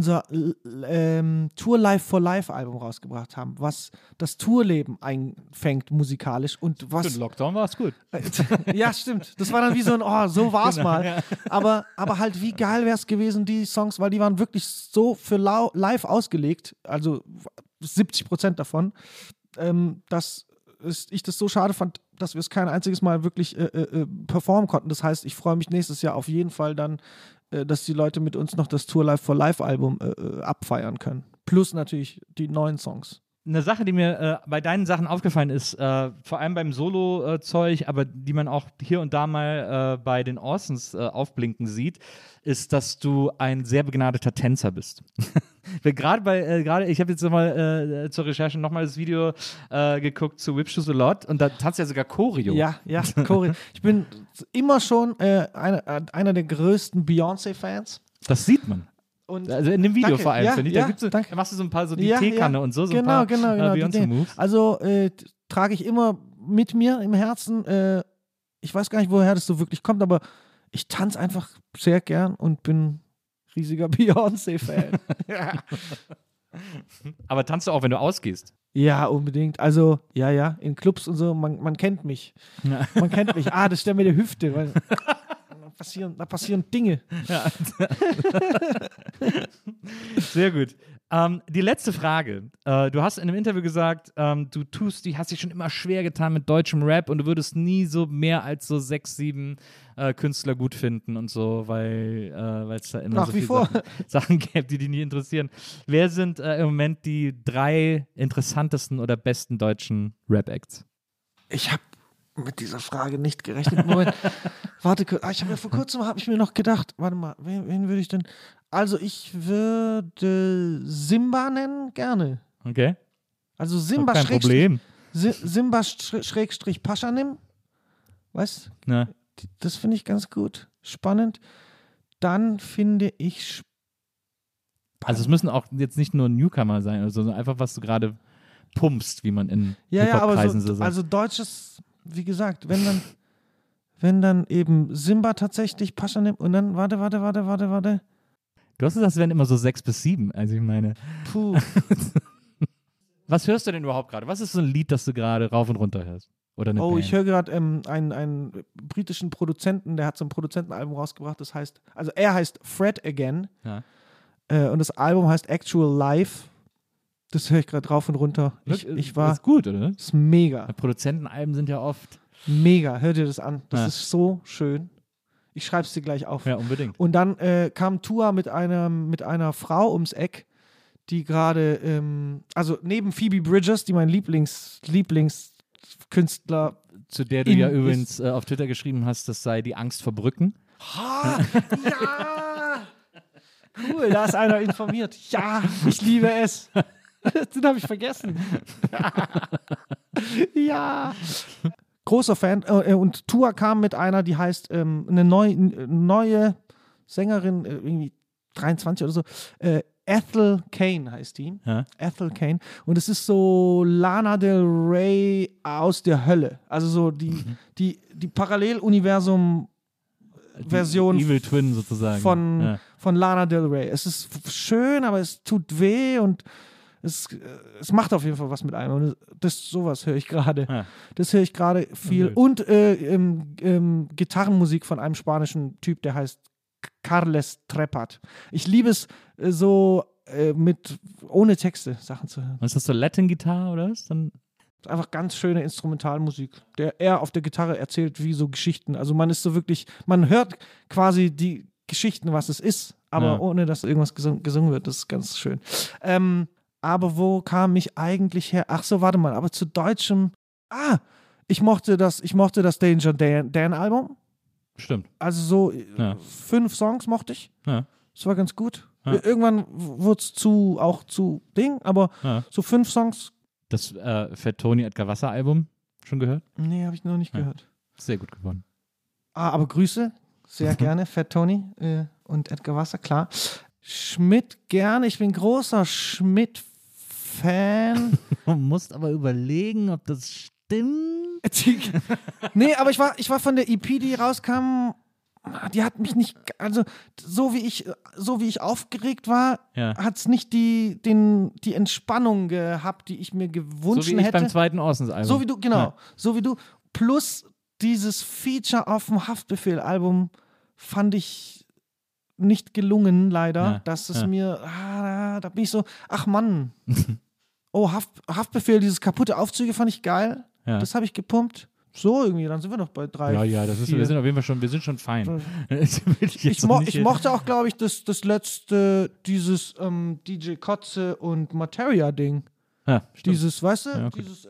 S4: Tour Live for Life Album rausgebracht haben, was das Tourleben einfängt musikalisch und was...
S5: Für den Lockdown war es gut.
S4: Ja, stimmt. Das war dann wie so ein, so war's mal. Ja. Aber halt, wie geil wäre es gewesen, die Songs, weil die waren wirklich so für live ausgelegt, also 70% davon, dass ich das so schade fand, dass wir es kein einziges Mal wirklich performen konnten. Das heißt, ich freue mich nächstes Jahr auf jeden Fall dann, dass die Leute mit uns noch das Tour Live for Life Album abfeiern können. Plus natürlich die neuen Songs.
S5: Eine Sache, die mir bei deinen Sachen aufgefallen ist, vor allem beim Solo-Zeug, aber die man auch hier und da mal bei den Orsons aufblinken sieht, ist, dass du ein sehr begnadeter Tänzer bist. Ich habe jetzt nochmal zur Recherche nochmal das Video geguckt zu Whip Shoes a Lot und da tanzt ja sogar Choreo.
S4: Ja, Choreo. Ich bin immer schon einer der größten Beyoncé-Fans.
S5: Das sieht man.
S4: Und
S5: also in dem Video
S4: danke.
S5: vor allem,
S4: ja,
S5: finde ich.
S4: Ja,
S5: da machst du so ein paar, so die Teekanne und so ein paar
S4: Beyoncé-Moves. Also trage ich immer mit mir im Herzen. Ich weiß gar nicht, woher das so wirklich kommt, aber ich tanze einfach sehr gern und bin riesiger Beyoncé-Fan.
S5: Aber tanzt du auch, wenn du ausgehst?
S4: Ja, unbedingt. Also, ja, in Clubs und so, man kennt mich. Man kennt mich. Das ist der mit der Hüfte. Weil da passieren Dinge.
S5: Ja. Sehr gut. Die letzte Frage. Du hast in einem Interview gesagt, hast dich schon immer schwer getan mit deutschem Rap und du würdest nie so mehr als so 6, 7 Künstler gut finden und so, weil es da immer
S4: Nach
S5: so
S4: wie
S5: viele
S4: vor.
S5: Sachen gibt, die nie interessieren. Wer sind im Moment die 3 interessantesten oder besten deutschen Rap-Acts?
S4: Ich habe mit dieser Frage nicht gerechnet. Moment, warte kurz. Ich habe mir vor kurzem mir noch gedacht, warte mal, wen würde ich denn? Also ich würde Simba nennen, gerne.
S5: Okay.
S4: Also Simba
S5: Kein Problem.
S4: Simba Schrägstrich Paschanim. Weißt du?
S5: Ja.
S4: Das finde ich ganz gut. Spannend. Dann finde ich
S5: Also es müssen auch jetzt nicht nur Newcomer sein, sondern einfach, was du gerade pumpst, wie man in
S4: ja, aber
S5: Hip-Hop-Kreisen so sagt.
S4: also deutsches, wie gesagt, wenn dann eben Simba tatsächlich Paschanim und dann, warte.
S5: Du hast gesagt, es wären immer so 6 bis 7. Also ich meine.
S4: Puh.
S5: Was hörst du denn überhaupt gerade? Was ist so ein Lied, das du gerade rauf und runter hörst? Oder eine Band?
S4: Ich höre gerade einen britischen Produzenten, der hat so ein Produzentenalbum rausgebracht, das heißt, also er heißt Fred Again
S5: Ja.
S4: Und das Album heißt Actual Life. Das höre ich gerade rauf und runter.
S5: Das ist gut, oder?
S4: Das ist mega.
S5: Produzentenalben sind ja oft.
S4: Mega, hör dir das an. Das
S5: Ja.
S4: ist so schön. Ich schreibe es dir gleich auf.
S5: Ja, unbedingt.
S4: Und dann kam Tua mit einer Frau ums Eck, die gerade, also neben Phoebe Bridgers, die mein Lieblingskünstler.
S5: Zu der du ja übrigens auf Twitter geschrieben hast, das sei die Angst vor Brücken.
S4: Ja! Cool, da ist einer informiert. Ja, ich liebe es. Den habe ich vergessen. Ja. Großer Fan. Und Tua kam mit einer, die heißt eine neue Sängerin, irgendwie 23 oder so. Ethel Cain heißt die.
S5: Ja.
S4: Ethel Cain. Und es ist so Lana Del Rey aus der Hölle. Also so die Paralleluniversum Version
S5: Evil Twin sozusagen.
S4: von Lana Del Rey. Es ist schön, aber es tut weh und es macht auf jeden Fall was mit einem. Und sowas höre ich gerade.
S5: Ja.
S4: Das höre ich gerade viel. Und Gitarrenmusik von einem spanischen Typ, der heißt Carles Trepat. Ich liebe es so ohne Texte Sachen zu hören.
S5: Und ist das so Latin-Gitarre oder was? Dann
S4: Einfach ganz schöne Instrumentalmusik. Er auf der Gitarre erzählt wie so Geschichten. Also man ist so wirklich, man hört quasi die Geschichten, was es ist, aber ohne, dass irgendwas gesungen wird. Das ist ganz schön. Aber wo kam ich eigentlich her? Ach so, warte mal, aber zu deutschem. Ich mochte das Danger Dan Album.
S5: stimmt.
S4: Also so 5 Songs mochte ich.
S5: Ja.
S4: Das war ganz gut.
S5: Ja.
S4: Irgendwann wurde es zu Ding, aber so 5 Songs.
S5: Das Fat Tony Edgar Wasser Album schon gehört?
S4: Nee, habe ich noch nicht gehört.
S5: Sehr gut geworden.
S4: Aber Grüße, sehr gerne, Fat Tony und Edgar Wasser, klar. Schmidt gerne, ich bin großer Schmidt-Fan.
S5: Du musst aber überlegen, ob das stimmt.
S4: Nee, aber ich war von der EP, die rauskam, die hat mich nicht, also so wie ich aufgeregt war, hat es nicht die Entspannung gehabt, die ich mir gewünscht hätte.
S5: So wie ich beim zweiten Orsons-Album.
S4: So wie du, genau. So wie du. Plus dieses Feature auf dem Haftbefehl-Album fand ich nicht gelungen, leider.
S5: Ja.
S4: Dass es mir, da bin ich so, ach Mann. Haftbefehl, dieses kaputte Aufzüge fand ich geil.
S5: Ja.
S4: Das habe ich gepumpt. So irgendwie, dann sind wir noch bei 3.
S5: Ja, wir sind auf jeden Fall schon, wir sind schon fein.
S4: Ich mochte auch, glaube ich, das letzte, dieses DJ Kotze und Materia-Ding.
S5: Ja,
S4: dieses, weißt du,
S5: ja, okay.
S4: dieses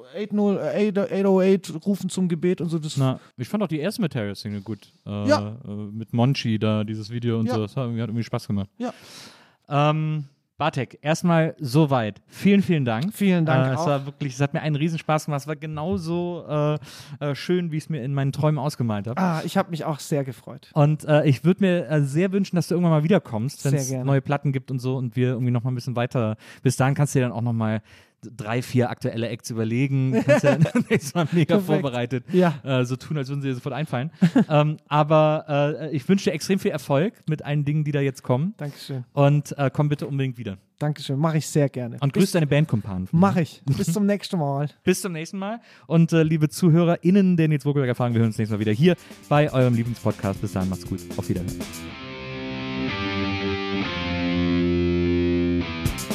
S4: 808 Rufen zum Gebet und so.
S5: Ich fand auch die erste Materia-Single gut. Mit Monchi da, dieses Video und so. Das hat irgendwie Spaß gemacht.
S4: Ja.
S5: Bartek, erstmal soweit. Vielen, vielen Dank.
S4: Vielen Dank auch.
S5: Es hat mir einen Riesenspaß gemacht. Es war genauso schön, wie ich es mir in meinen Träumen ausgemalt habe.
S4: Ich habe mich auch sehr gefreut.
S5: Und ich würde mir sehr wünschen, dass du irgendwann mal wiederkommst, wenn es
S4: gerne.
S5: neue Platten gibt und so und wir irgendwie noch mal ein bisschen weiter. Bis dahin kannst du dir dann auch noch mal 3, 4 aktuelle Acts überlegen. Kannst ja nächstes Mal mega vorbereitet so tun, als würden sie dir sofort einfallen. Aber ich wünsche dir extrem viel Erfolg mit allen Dingen, die da jetzt kommen.
S4: Dankeschön.
S5: Und komm bitte unbedingt wieder.
S4: Dankeschön, mache ich sehr gerne.
S5: Und grüß deine Bandkumpanen.
S4: Mache ich. Bis zum nächsten Mal.
S5: Bis zum nächsten Mal. Und liebe ZuhörerInnen der Nils Bokelberg erfahren, wir hören uns nächstes Mal wieder hier bei eurem Lieblingspodcast. Bis dahin, macht's gut. Auf Wiedersehen.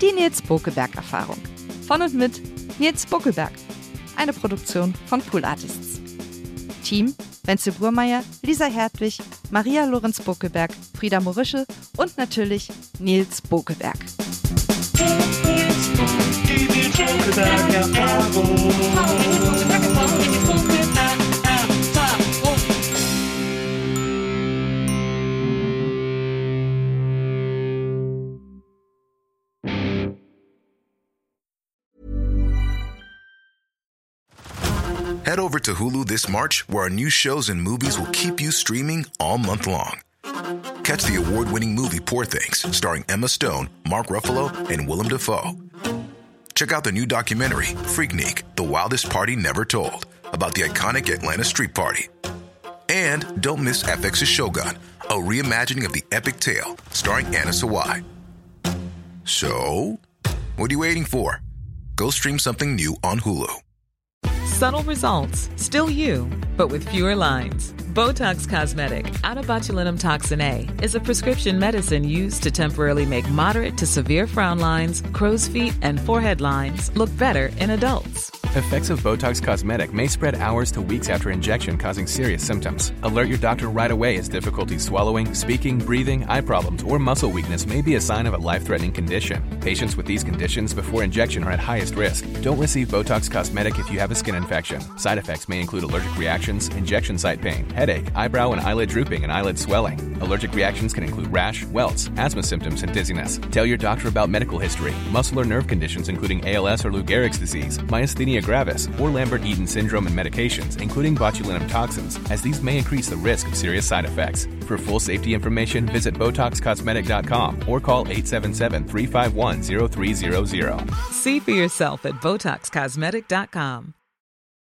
S6: Die Nils Bokelberg-Erfahrung. Von und mit Nils Bokelberg. Eine Produktion von Pool Artists. Team: Wenzel Burmeier, Lisa Hertwig, Maria Lorenz Bokelberg, Frieda Morische und natürlich Nils Bokelberg.
S1: Head over to Hulu this March, where our new shows and movies will keep you streaming all month long. Catch the award-winning movie Poor Things, starring Emma Stone, Mark Ruffalo, and Willem Dafoe. Check out the new documentary, Freaknik, The Wildest Party Never Told, about the iconic Atlanta Street Party. And don't miss FX's Shogun, a reimagining of the epic tale, starring Anna Sawai. So, what are you waiting for? Go stream something new on Hulu.
S7: Subtle results, still you, but with fewer lines. Botox Cosmetic, onabotulinum toxin A, is a prescription medicine used to temporarily make moderate to severe frown lines, crow's feet, and forehead lines look better in adults.
S8: Effects of Botox Cosmetic may spread hours to weeks after injection, causing serious symptoms. Alert your doctor right away as difficulty swallowing, speaking, breathing, eye problems, or muscle weakness may be a sign of a life-threatening condition. Patients with these conditions before injection are at highest risk. Don't receive Botox Cosmetic if you have a skin infection. Side effects may include allergic reactions, injection site pain, headache, eyebrow and eyelid drooping, and eyelid swelling. Allergic reactions can include rash, welts, asthma symptoms, and dizziness. Tell your doctor about medical history, muscle or nerve conditions including ALS or Lou Gehrig's disease, myasthenia gravis, or Lambert-Eaton syndrome, and medications, including botulinum toxins, as these may increase the risk of serious side effects. For full safety information, visit BotoxCosmetic.com or call 877-351-0300.
S7: See for yourself at BotoxCosmetic.com.